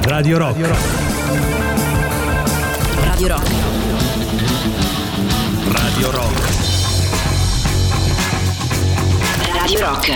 Speaker 1: Radio Rock.
Speaker 2: Radio Rock.
Speaker 1: Radio Rock.
Speaker 2: Radio Rock.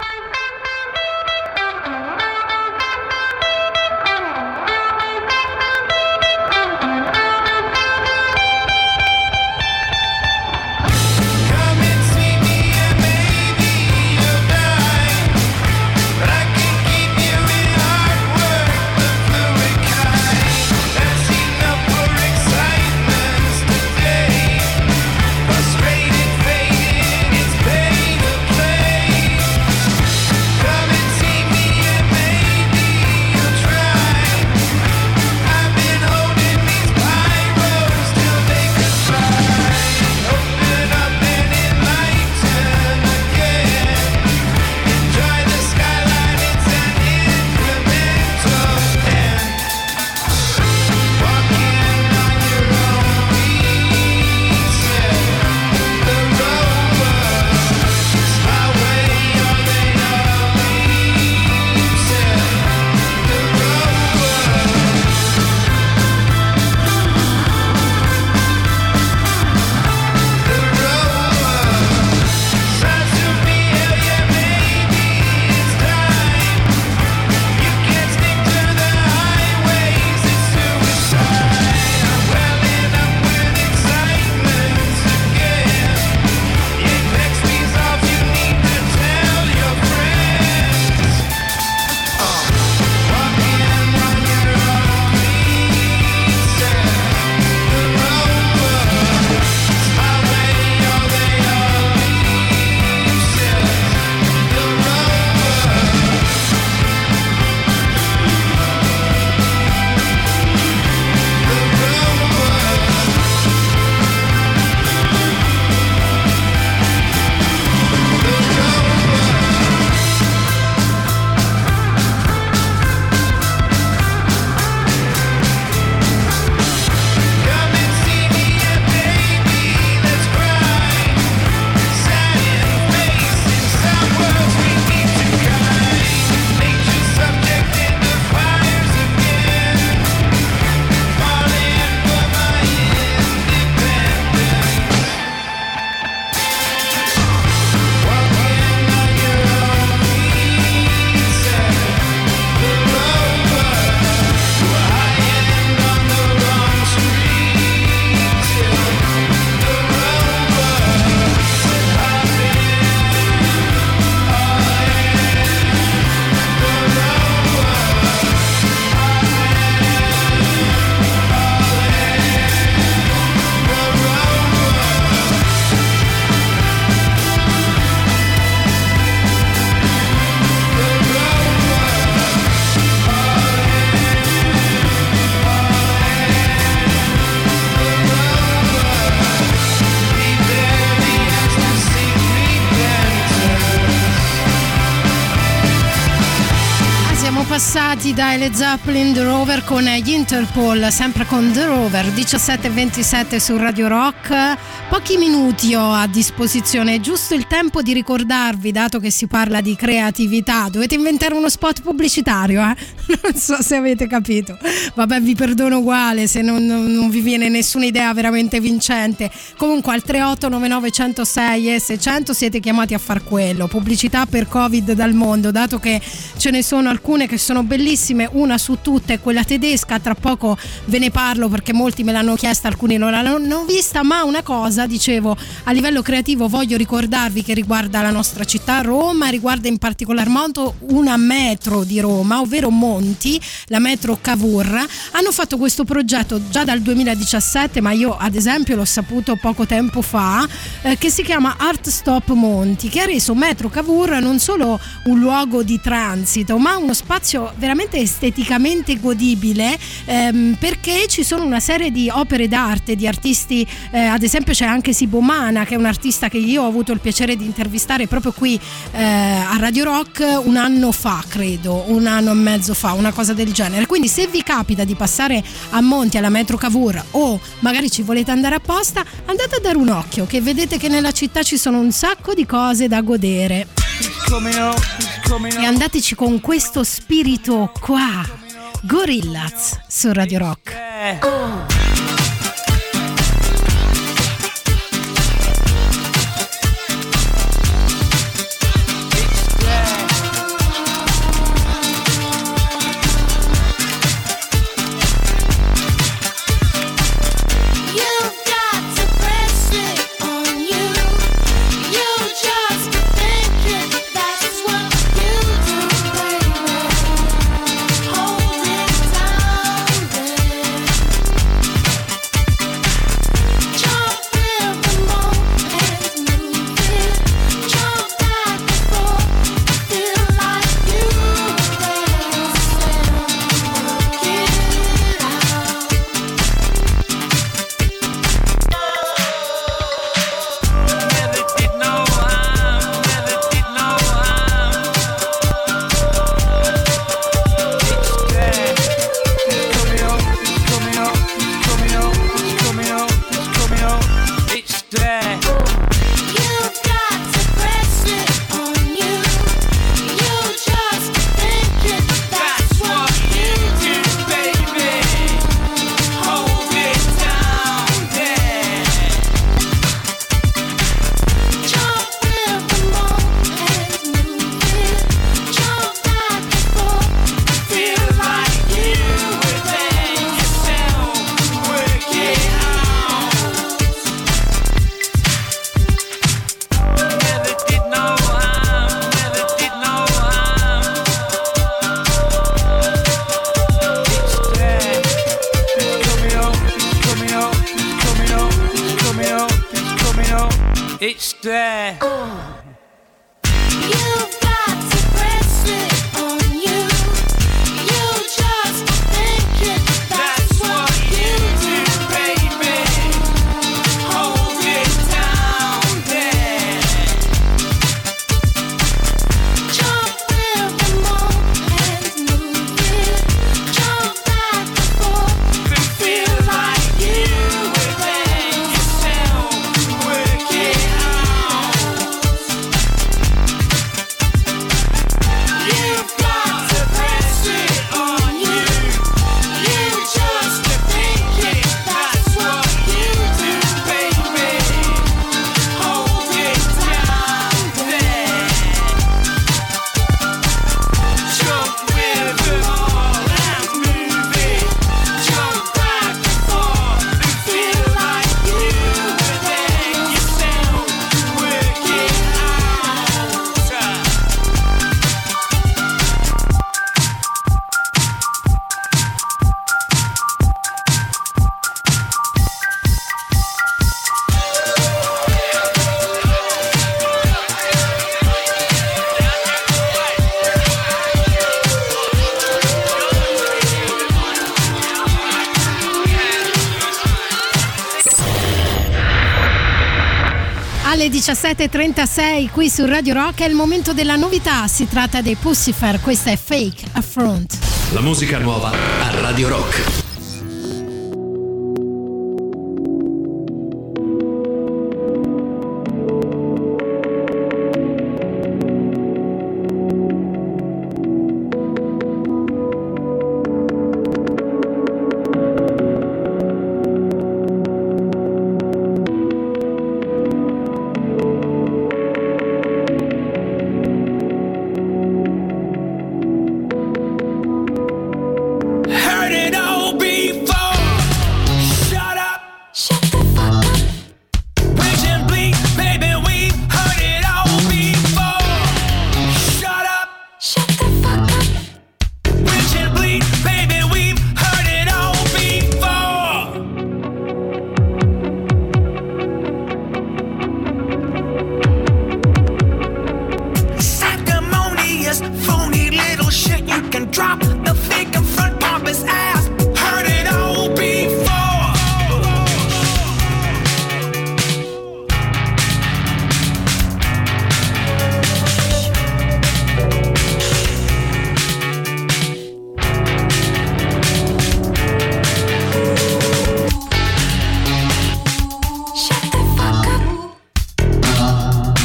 Speaker 3: Passati da Led Zeppelin, The Rover con gli Interpol, sempre con The Rover. Diciassette e ventisette su Radio Rock. Pochi minuti ho a disposizione, giusto il tempo di ricordarvi, dato che si parla di creatività, dovete inventare uno spot pubblicitario, eh? Non so se avete capito. Vabbè, vi perdono uguale se non, non, non vi viene nessuna idea veramente vincente. Comunque al tre otto nove nove uno zero sei e seicento siete chiamati a far quello. Pubblicità per Covid dal mondo, dato che ce ne sono alcune che sono bellissime, una su tutte è quella tedesca, tra poco ve ne parlo perché molti me l'hanno chiesta, alcuni non l'hanno vista, ma una cosa, dicevo, a livello creativo voglio ricordarvi che riguarda la nostra città Roma, riguarda in particolar modo una metro di Roma, ovvero Monti, la metro Cavour. Hanno fatto questo progetto già dal duemiladiciassette, ma io ad esempio l'ho saputo poco tempo fa, eh, che si chiama Art Stop Monti, che ha reso metro Cavour non solo un luogo di transito, ma uno spazio veramente esteticamente godibile, ehm, perché ci sono una serie di opere d'arte di artisti, eh, ad esempio c'è anche Sibomana, che è un artista che io ho avuto il piacere di intervistare proprio qui eh, a Radio Rock un anno fa, credo, un anno e mezzo fa, una cosa del genere. Quindi se vi capita di passare a Monti alla metro Cavour o magari ci volete andare apposta, andate a dare un occhio, che vedete che nella città ci sono un sacco di cose da godere. E andateci con questo spirito qua, Gorillaz su Radio Rock.
Speaker 5: It's there.
Speaker 3: Alle diciassette e trentasei qui su Radio Rock è il momento della novità, si tratta dei Pussifer, questa è Fake Affront.
Speaker 1: La musica nuova a Radio Rock.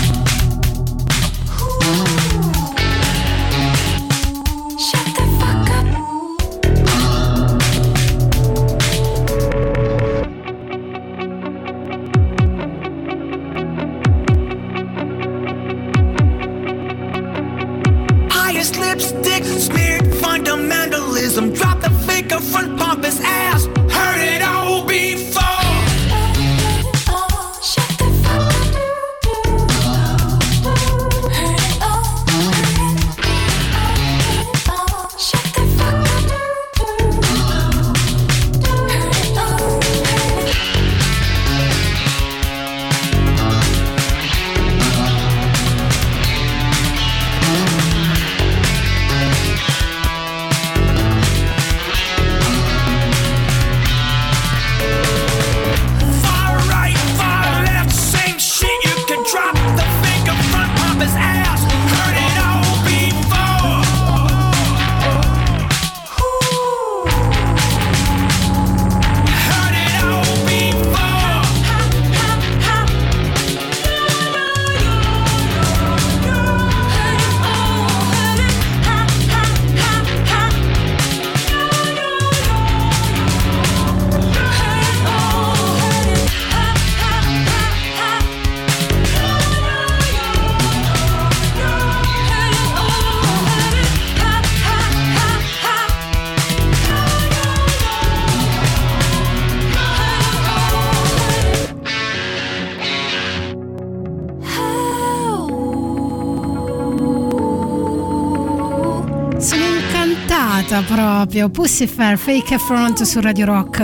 Speaker 8: Shut the fuck up.
Speaker 7: sick, smeared fundamentalism. Drop the fake up front, pump his ass. Heard it all before.
Speaker 3: Proprio Pussyfair, Fake Front su Radio Rock.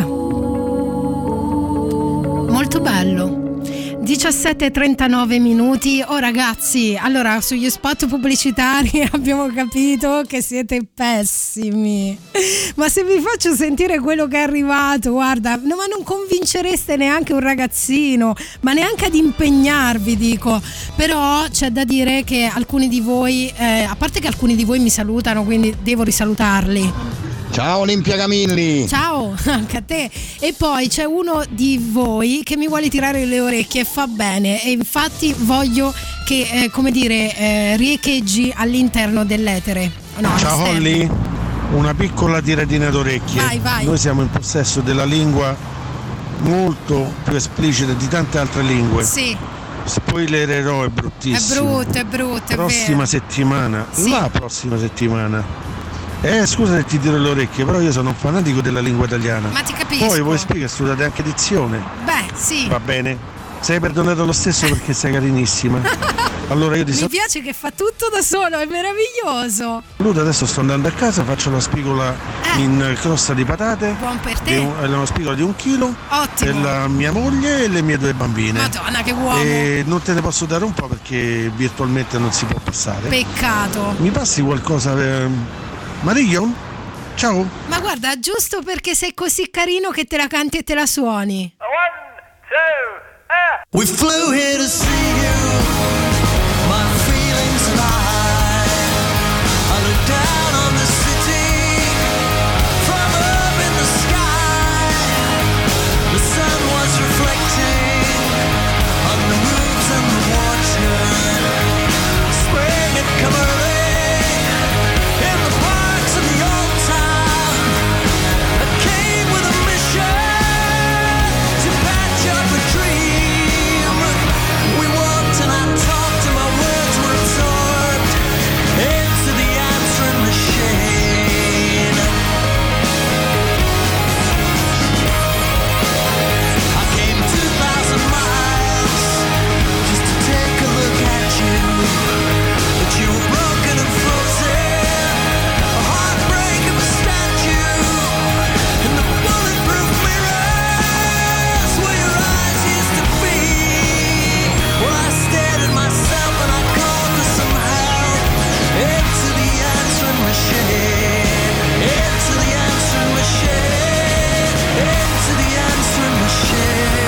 Speaker 3: Molto bello. diciassette e trentanove minuti. Oh ragazzi, allora sugli spot pubblicitari abbiamo capito che siete pessimi, ma se vi faccio sentire quello che è arrivato, guarda, no, ma non convincereste neanche un ragazzino, ma neanche ad impegnarvi, dico. Però c'è da dire che alcuni di voi, eh, a parte che alcuni di voi mi salutano, quindi devo risalutarli.
Speaker 9: Ciao Olimpia Camilli.
Speaker 3: Ciao, anche a te. E poi c'è uno di voi che mi vuole tirare le orecchie, fa bene, e infatti voglio che, eh, come dire, eh, riecheggi all'interno dell'etere. No,
Speaker 14: ciao
Speaker 3: all'esterno.
Speaker 14: Holly, una piccola tiratina d'orecchie.
Speaker 3: Vai, vai.
Speaker 14: Noi siamo in possesso della lingua molto più esplicita di tante altre lingue.
Speaker 3: Sì.
Speaker 14: Spoilererò, è bruttissimo.
Speaker 3: È brutto, è brutto, è
Speaker 14: prossima
Speaker 3: vero.
Speaker 14: settimana,
Speaker 3: Sì.
Speaker 14: la prossima settimana. Eh, scusa se ti tiro le orecchie, però io sono un fanatico della lingua italiana.
Speaker 3: Ma ti capisco.
Speaker 14: Poi voi spieghi, studiate anche dizione.
Speaker 3: Beh, sì.
Speaker 14: Va bene. Sei perdonato lo stesso perché sei carinissima. Allora io ti
Speaker 3: Mi
Speaker 14: saluto.
Speaker 3: piace che fa tutto da solo, è meraviglioso.
Speaker 14: Adesso sto andando a casa, faccio la spigola
Speaker 3: Eh.
Speaker 14: in crosta di patate.
Speaker 3: Buon per
Speaker 14: Di
Speaker 3: te.
Speaker 14: un- è una spigola di un chilo.
Speaker 3: Ottimo.
Speaker 14: Per la mia moglie e le mie due bambine.
Speaker 3: Madonna, che uomo.
Speaker 14: E non te ne posso dare un po' perché virtualmente non si può passare.
Speaker 3: Peccato.
Speaker 14: Mi passi qualcosa per Mariglion? Ciao.
Speaker 3: Ma guarda, giusto perché sei così carino che te la canti e te la suoni.
Speaker 7: We flew here to see you. My feelings lie. I look down on the city from up in the sky. The sun was reflecting on the roofs and the water. Spring had come early in the parks of the old town. I came with a mission to patch up a dream. We walked and I talked and my words were absorbed into the answering machine. I came two thousand miles just to take a look at you, but you were broken and frozen, a heartbreak of a statue, and the bulletproof mirrors where your eyes used to be. Well, I stared at myself and I called for some help into the answering machine, into the answering machine, into the answering machine.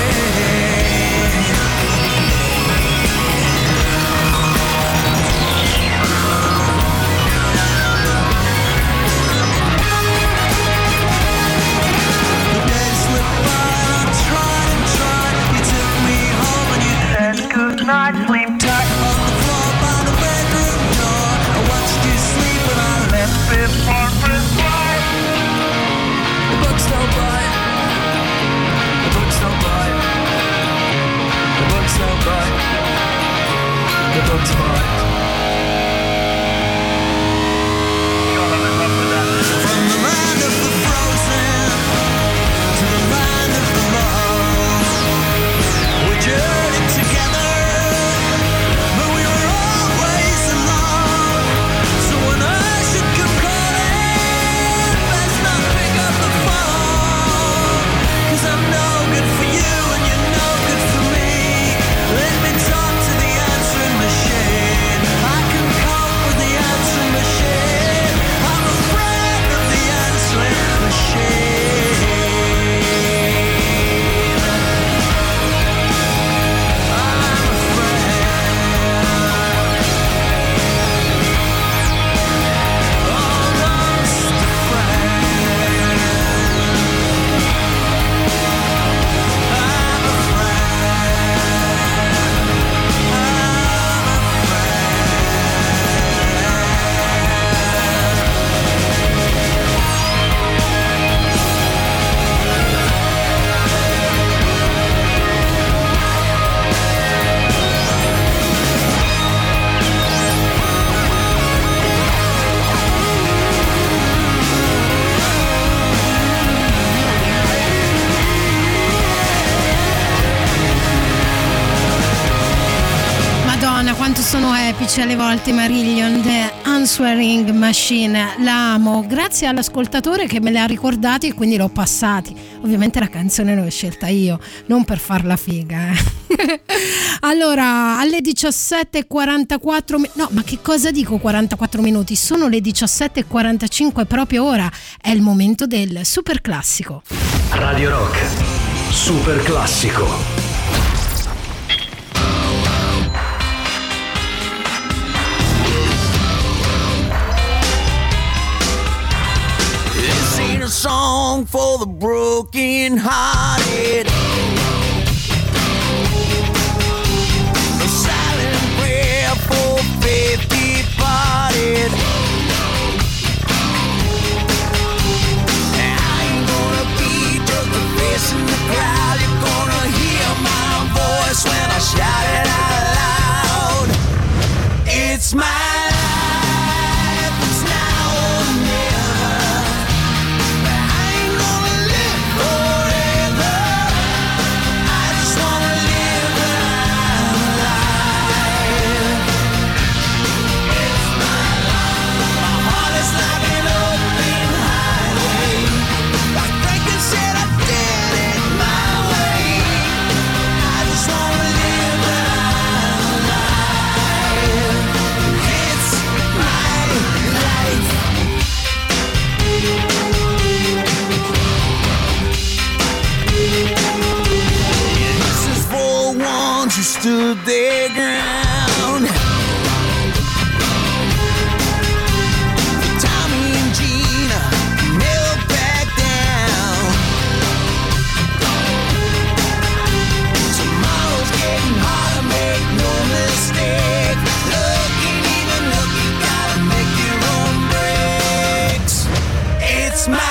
Speaker 7: The days slipped by and I tried and tried. You took me home and you said good night, sleep tight. On the floor by the bedroom door, I watched you sleep and I left before prescribed. The books don't bite. The books don't bite. The books don't bite. The books bite.
Speaker 3: sono epici alle volte. Marillion, The Answering Machine, la amo, grazie all'ascoltatore che me le ha ricordati e quindi l'ho passati. Ovviamente la canzone l'ho scelta io, non per farla figa, eh. Allora, alle diciassette e quarantaquattro, no, ma che cosa dico quarantaquattro minuti? Sono le diciassette e quarantacinque proprio ora, è il momento del super classico.
Speaker 1: Radio Rock, super classico.
Speaker 7: A song for the broken hearted, a silent prayer for faith departed. I ain't gonna be just a face in the crowd. You're gonna hear my voice when I shout it out loud. It's my stood their ground. Tommy and Gina never back down. Tomorrow's getting harder, make no mistake. Looking, even looking, gotta make your own breaks. It's my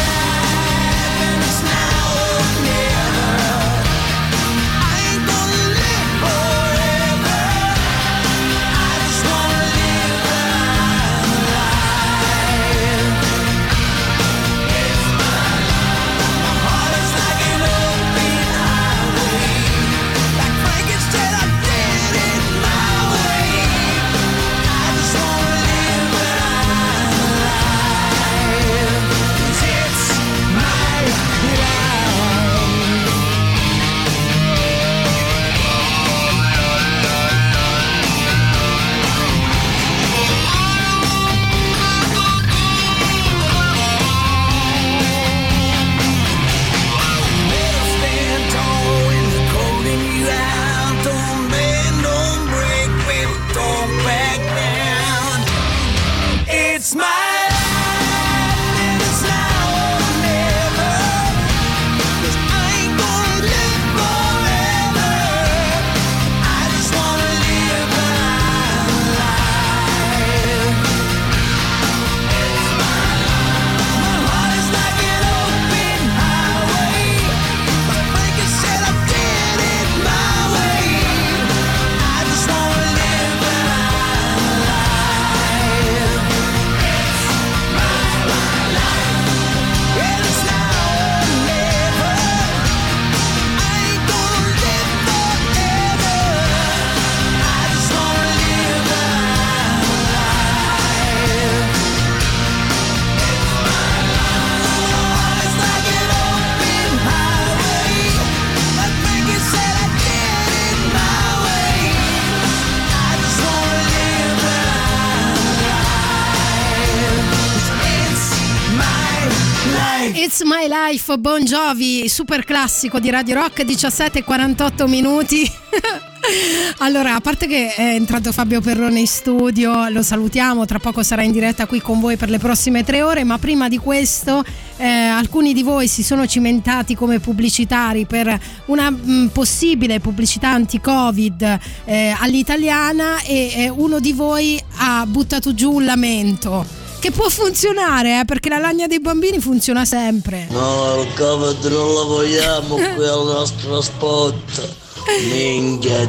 Speaker 3: It's My Life, Bon Jovi, super classico di Radio Rock, diciassette e quarantotto minuti. Allora, a parte che è entrato Fabio Perrone in studio, lo salutiamo, tra poco sarà in diretta qui con voi per le prossime tre ore, ma prima di questo eh, alcuni di voi si sono cimentati come pubblicitari per una mh, possibile pubblicità anti-Covid eh, all'italiana e eh, uno di voi ha buttato giù un lamento. Che può funzionare, eh, perché la lagna dei bambini funziona sempre.
Speaker 15: No, il Covid non lo vogliamo qui al nostro spot. Minchia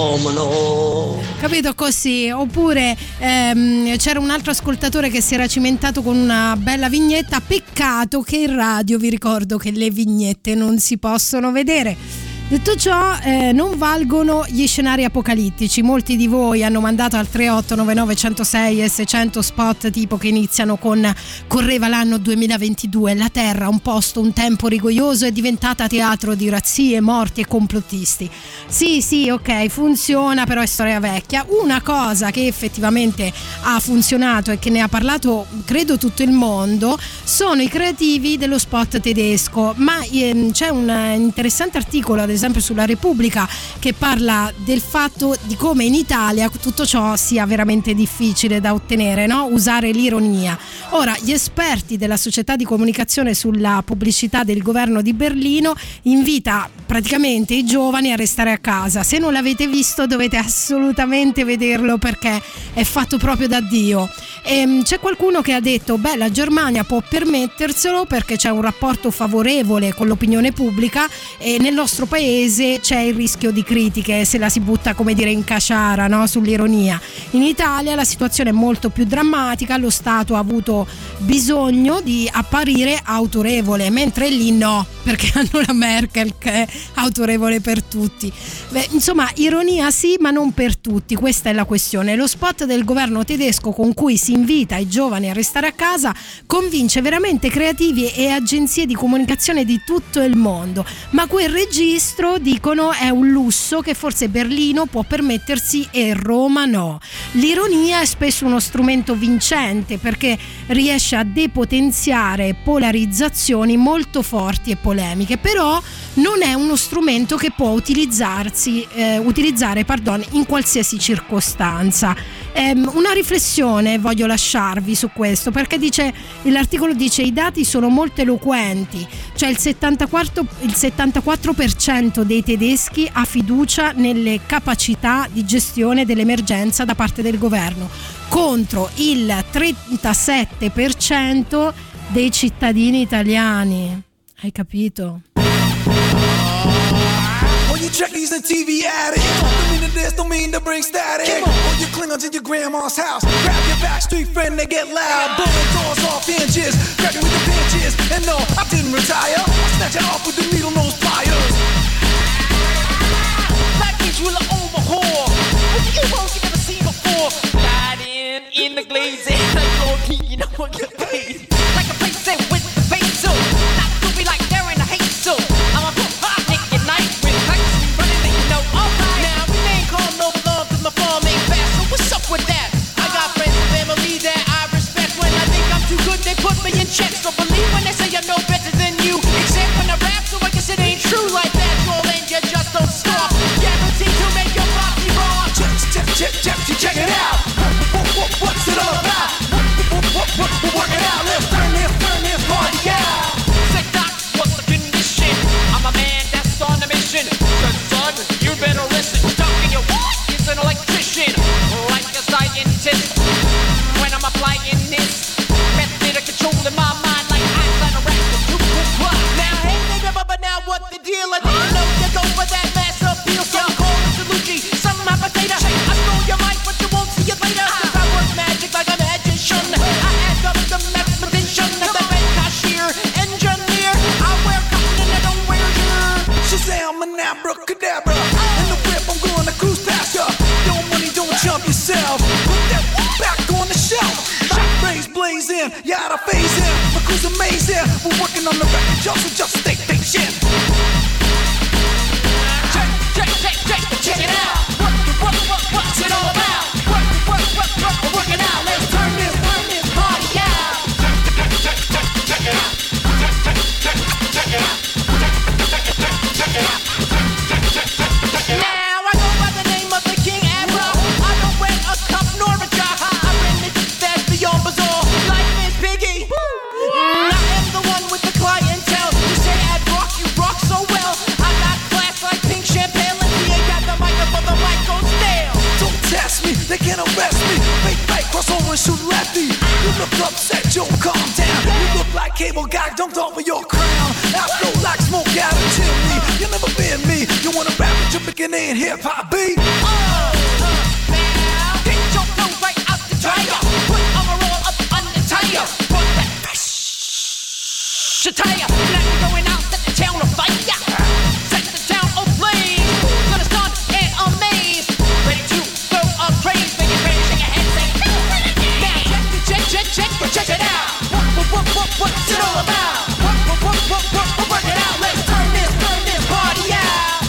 Speaker 15: domino.
Speaker 3: Capito così? Oppure ehm, c'era un altro ascoltatore che si era cimentato con una bella vignetta. Peccato che in radio, vi ricordo che le vignette non si possono vedere. Detto ciò, eh, non valgono gli scenari apocalittici. Molti di voi hanno mandato al tre otto nove nove uno zero sei e seicento spot tipo che iniziano con correva l'anno duemilaventidue, la terra, un posto, un tempo rigoglioso, è diventata teatro di razzie, morti e complottisti. Sì, sì, ok, funziona, però è storia vecchia. Una cosa che effettivamente ha funzionato e che ne ha parlato credo tutto il mondo sono i creativi dello spot tedesco, ma ehm, c'è un interessante articolo ad esempio sulla Repubblica che parla del fatto di come in Italia tutto ciò sia veramente difficile da ottenere, no? Usare l'ironia. Ora, gli esperti della società di comunicazione sulla pubblicità del governo di Berlino invita praticamente i giovani a restare a casa. Se non l'avete visto dovete assolutamente vederlo perché è fatto proprio da Dio. E c'è qualcuno che ha detto beh, la Germania può permetterselo perché c'è un rapporto favorevole con l'opinione pubblica e nel nostro paese c'è il rischio di critiche se la si butta, come dire, in caciara, no? Sull'ironia. In Italia la situazione è molto più drammatica, lo Stato ha avuto bisogno di apparire autorevole, mentre lì no, perché hanno la Merkel che è autorevole per tutti. Beh, insomma, ironia sì, ma non per tutti, questa è la questione. Lo spot del governo tedesco con cui si invita i giovani a restare a casa convince veramente creativi e agenzie di comunicazione di tutto il mondo, ma quel registro, dicono, è un lusso che forse Berlino può permettersi e Roma no. L'ironia è spesso uno strumento vincente perché riesce a depotenziare polarizzazioni molto forti e polemiche, però non è uno strumento che può utilizzarsi eh, utilizzare pardon, in qualsiasi circostanza. Ehm, una riflessione voglio lasciarvi su questo, perché dice, l'articolo dice i dati sono molto eloquenti, cioè il settantaquattro, il settantaquattro per cento dei tedeschi ha fiducia nelle capacità di gestione dell'emergenza da parte del governo, contro il trentasette per cento dei cittadini italiani. Hai capito?
Speaker 7: All you trekkies and T V addicts, don't mean to this, don't mean to bring static. All you Klingons in your grandma's house, grab your backstreet friend, they get loud. Blowing doors off hinges, grabbing with the pinches. And no, I didn't retire, I snatch it off with the needle nose pliers. Package will overhaul, with the U-boats you never seen before. Riding in the glaze, like Lord King, you know what get paid. Like a place set with the face so, not to be like they're in a hate so. I'm a pop hot naked night with pipes running, and you know, alright. Now we ain't call no love cause my farm ain't fast, so what's up with that? I got friends and family that I respect. When I think I'm too good, they put me in check. So believe when they say I'm no better than you, except when I rap, so I guess it ain't true like that. Troll and you just don't stop, guaranteed to make your body raw. Check, check, check, check, check it out. What, what, what's it all about? What, what, what, what, we're working out. Let's turn this, turn this party out. Say doc, what's the condition? I'm a man that's on a mission. Cause son, you better listen. Talking your what is an electrician, like a scientist. When I'm applying this method of controlling my mind, like Einstein or Raptor. Now hey nigga, but now what the deal? I didn't know you go for that mass appeal. So I'm calling Salucci, some potato. I stole your mic, but you won't see it later. Cause I work magic like a magician. I add up the mathematician, the bank cashier, engineer. I wear cotton and I don't wear gear. Shazam and abracadabra. In the whip, I'm gonna cruise past ya. Your money, don't jump yourself. Put that back on the shelf. Shot rays blazing, you out of phase in. My crew's amazing. We're working on the record, y'all, so just stay patient. Check, check, check, check, check it out. What, what, what, what's it all about? What, what, what, what, we're working out. Let's turn this, turn this party out. Check, check, check, check, check it out. Check, check, check, check it out. Check, check, check, check it out. Check, check, check, check it out. Now I go by the name of the King Abra. I don't wear a cup nor a jaha. I bring the that's beyond bizarre. Like Miss Piggy. I am the one with the clientele. You say I'd rock, you rock so well. I got class like pink champagne. And he ain't got the mic up on the mic on stale. Don't test me, they can't arrest me. Fake right, cross over and shoot lefty. You look upset, Joe, calm down. You look like cable guy dunked off of your crown. I flow like smoke out of chimney. You never been me. You wanna rap with your pickin' in hip-hop beat? Oh, uh, now get your flow right out the dryer. Put armor all up on the tire. Put that fresh attire. Now you're going out, set the town on fire. Set the town on fire.
Speaker 5: what, what's it all about? What, what, what, what, what, what, work it out. Let's turn this, turn this party out.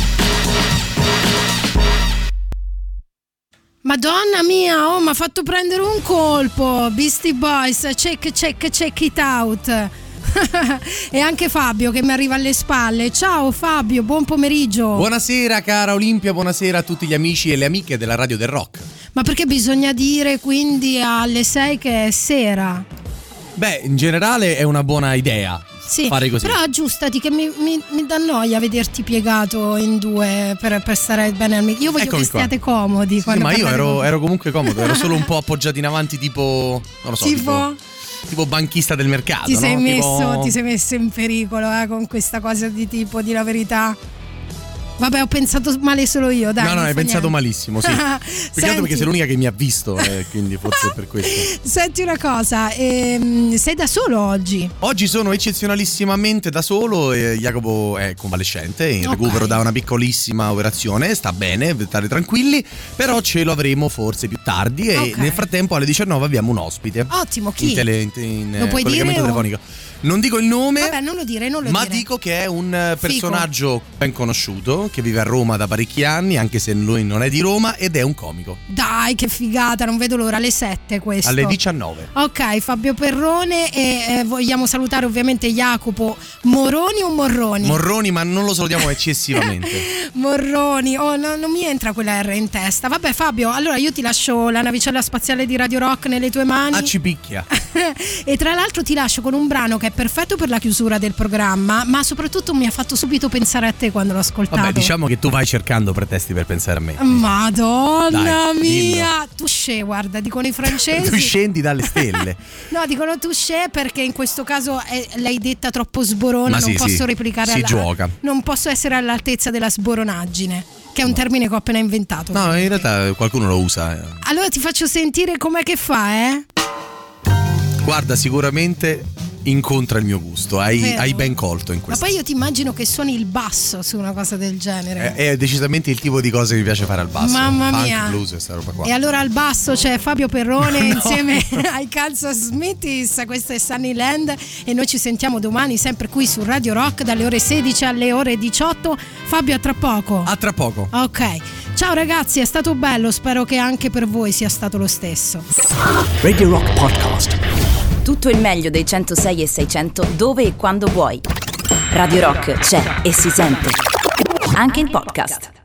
Speaker 3: Madonna mia, oh, mi ha fatto prendere un colpo. Beastie Boys, check, check, check it out. E anche Fabio che mi arriva alle spalle. Ciao Fabio, buon pomeriggio.
Speaker 16: Buonasera cara Olimpia, buonasera a tutti gli amici e le amiche della Radio del Rock.
Speaker 3: Ma perché bisogna dire quindi alle sei che è sera?
Speaker 16: Beh, in generale è una buona idea.
Speaker 3: Sì,
Speaker 16: fare così.
Speaker 3: però aggiustati che mi, mi, mi dà noia vederti piegato in due per, per stare bene al microfono. Io voglio
Speaker 16: Eccomi
Speaker 3: che
Speaker 16: qua.
Speaker 3: stiate comodi.
Speaker 16: Sì, ma io ero, ero comunque comodo, ero solo un po' appoggiato in avanti tipo, non lo so,
Speaker 3: tipo,
Speaker 16: tipo, tipo banchista del mercato.
Speaker 3: ti sei
Speaker 16: no?
Speaker 3: messo
Speaker 16: Tipo...
Speaker 3: ti sei messo in pericolo eh, con questa cosa di tipo di la verità. Vabbè, ho pensato male solo io, dai.
Speaker 16: No, no,
Speaker 3: non
Speaker 16: hai
Speaker 3: fa
Speaker 16: pensato
Speaker 3: niente.
Speaker 16: malissimo, sì. Perché perché sei l'unica che mi ha visto, eh, quindi forse è per questo.
Speaker 3: Senti una cosa, ehm, sei da solo oggi?
Speaker 16: Oggi sono eccezionalissimamente da solo e Jacopo è convalescente, in
Speaker 3: Ok.
Speaker 16: recupero da una piccolissima operazione, sta bene, state tranquilli, però ce lo avremo forse più tardi e
Speaker 3: Ok.
Speaker 16: nel frattempo alle diciannove abbiamo un ospite.
Speaker 3: Ottimo, chi?
Speaker 16: In, tele, in, in
Speaker 3: Lo puoi
Speaker 16: collegamento
Speaker 3: dire o-
Speaker 16: telefonico. Non dico il nome,
Speaker 3: Vabbè, non lo dire, non lo
Speaker 16: ma
Speaker 3: dire.
Speaker 16: dico che è un eh, personaggio ben conosciuto, che vive a Roma da parecchi anni, anche se lui non è di Roma, ed è un comico.
Speaker 3: Dai, che figata, non vedo l'ora, alle sette questo.
Speaker 16: Alle diciannove.
Speaker 3: Ok, Fabio Perrone e eh, vogliamo salutare ovviamente Jacopo Moroni o Morroni?
Speaker 16: Morroni, ma non lo salutiamo eccessivamente.
Speaker 3: Morroni, oh, no, non mi entra quella R in testa. Vabbè Fabio, allora io ti lascio la navicella spaziale di Radio Rock nelle tue mani.
Speaker 16: Ah, ci picchia.
Speaker 3: E tra l'altro ti lascio con un brano che è perfetto per la chiusura del programma, ma soprattutto mi ha fatto subito pensare a te quando l'ho ascoltato.
Speaker 16: Vabbè, diciamo che tu vai cercando pretesti per pensare a me.
Speaker 3: Madonna
Speaker 16: Dai,
Speaker 3: mia, touché, guarda, dicono i francesi.
Speaker 16: Tu scendi dalle stelle.
Speaker 3: No, dicono touché perché in questo caso è, l'hai detta troppo sborona,
Speaker 16: Ma
Speaker 3: non
Speaker 16: sì,
Speaker 3: posso
Speaker 16: sì,
Speaker 3: replicare
Speaker 16: si
Speaker 3: alla-
Speaker 16: gioca.
Speaker 3: non posso essere all'altezza della sboronaggine, che è un termine che ho appena inventato.
Speaker 16: No, in realtà qualcuno lo usa. eh.
Speaker 3: Allora ti faccio sentire com'è che fa, eh?
Speaker 16: Guarda, sicuramente incontra il mio gusto. Hai,
Speaker 3: Vero.
Speaker 16: hai ben colto in
Speaker 3: Ma
Speaker 16: questo.
Speaker 3: poi io ti immagino che suoni il basso su una cosa del genere.
Speaker 16: È, è decisamente il tipo di cose che mi piace fare al basso.
Speaker 3: Mamma
Speaker 16: Funk,
Speaker 3: mia.
Speaker 16: blues, questa roba qua.
Speaker 3: E allora al basso c'è Fabio Perrone
Speaker 16: No.
Speaker 3: insieme ai Kansas Smiths, questo è Sunnyland e noi ci sentiamo domani sempre qui su Radio Rock dalle ore sedici alle ore diciotto. Fabio, a tra poco.
Speaker 16: A tra poco.
Speaker 3: Ok, ciao ragazzi, è stato bello, spero che anche per voi sia stato lo stesso.
Speaker 1: Radio Rock Podcast.
Speaker 2: Tutto il meglio dei centosei e seicento dove e quando vuoi. Radio Rock c'è e si sente. Anche in podcast.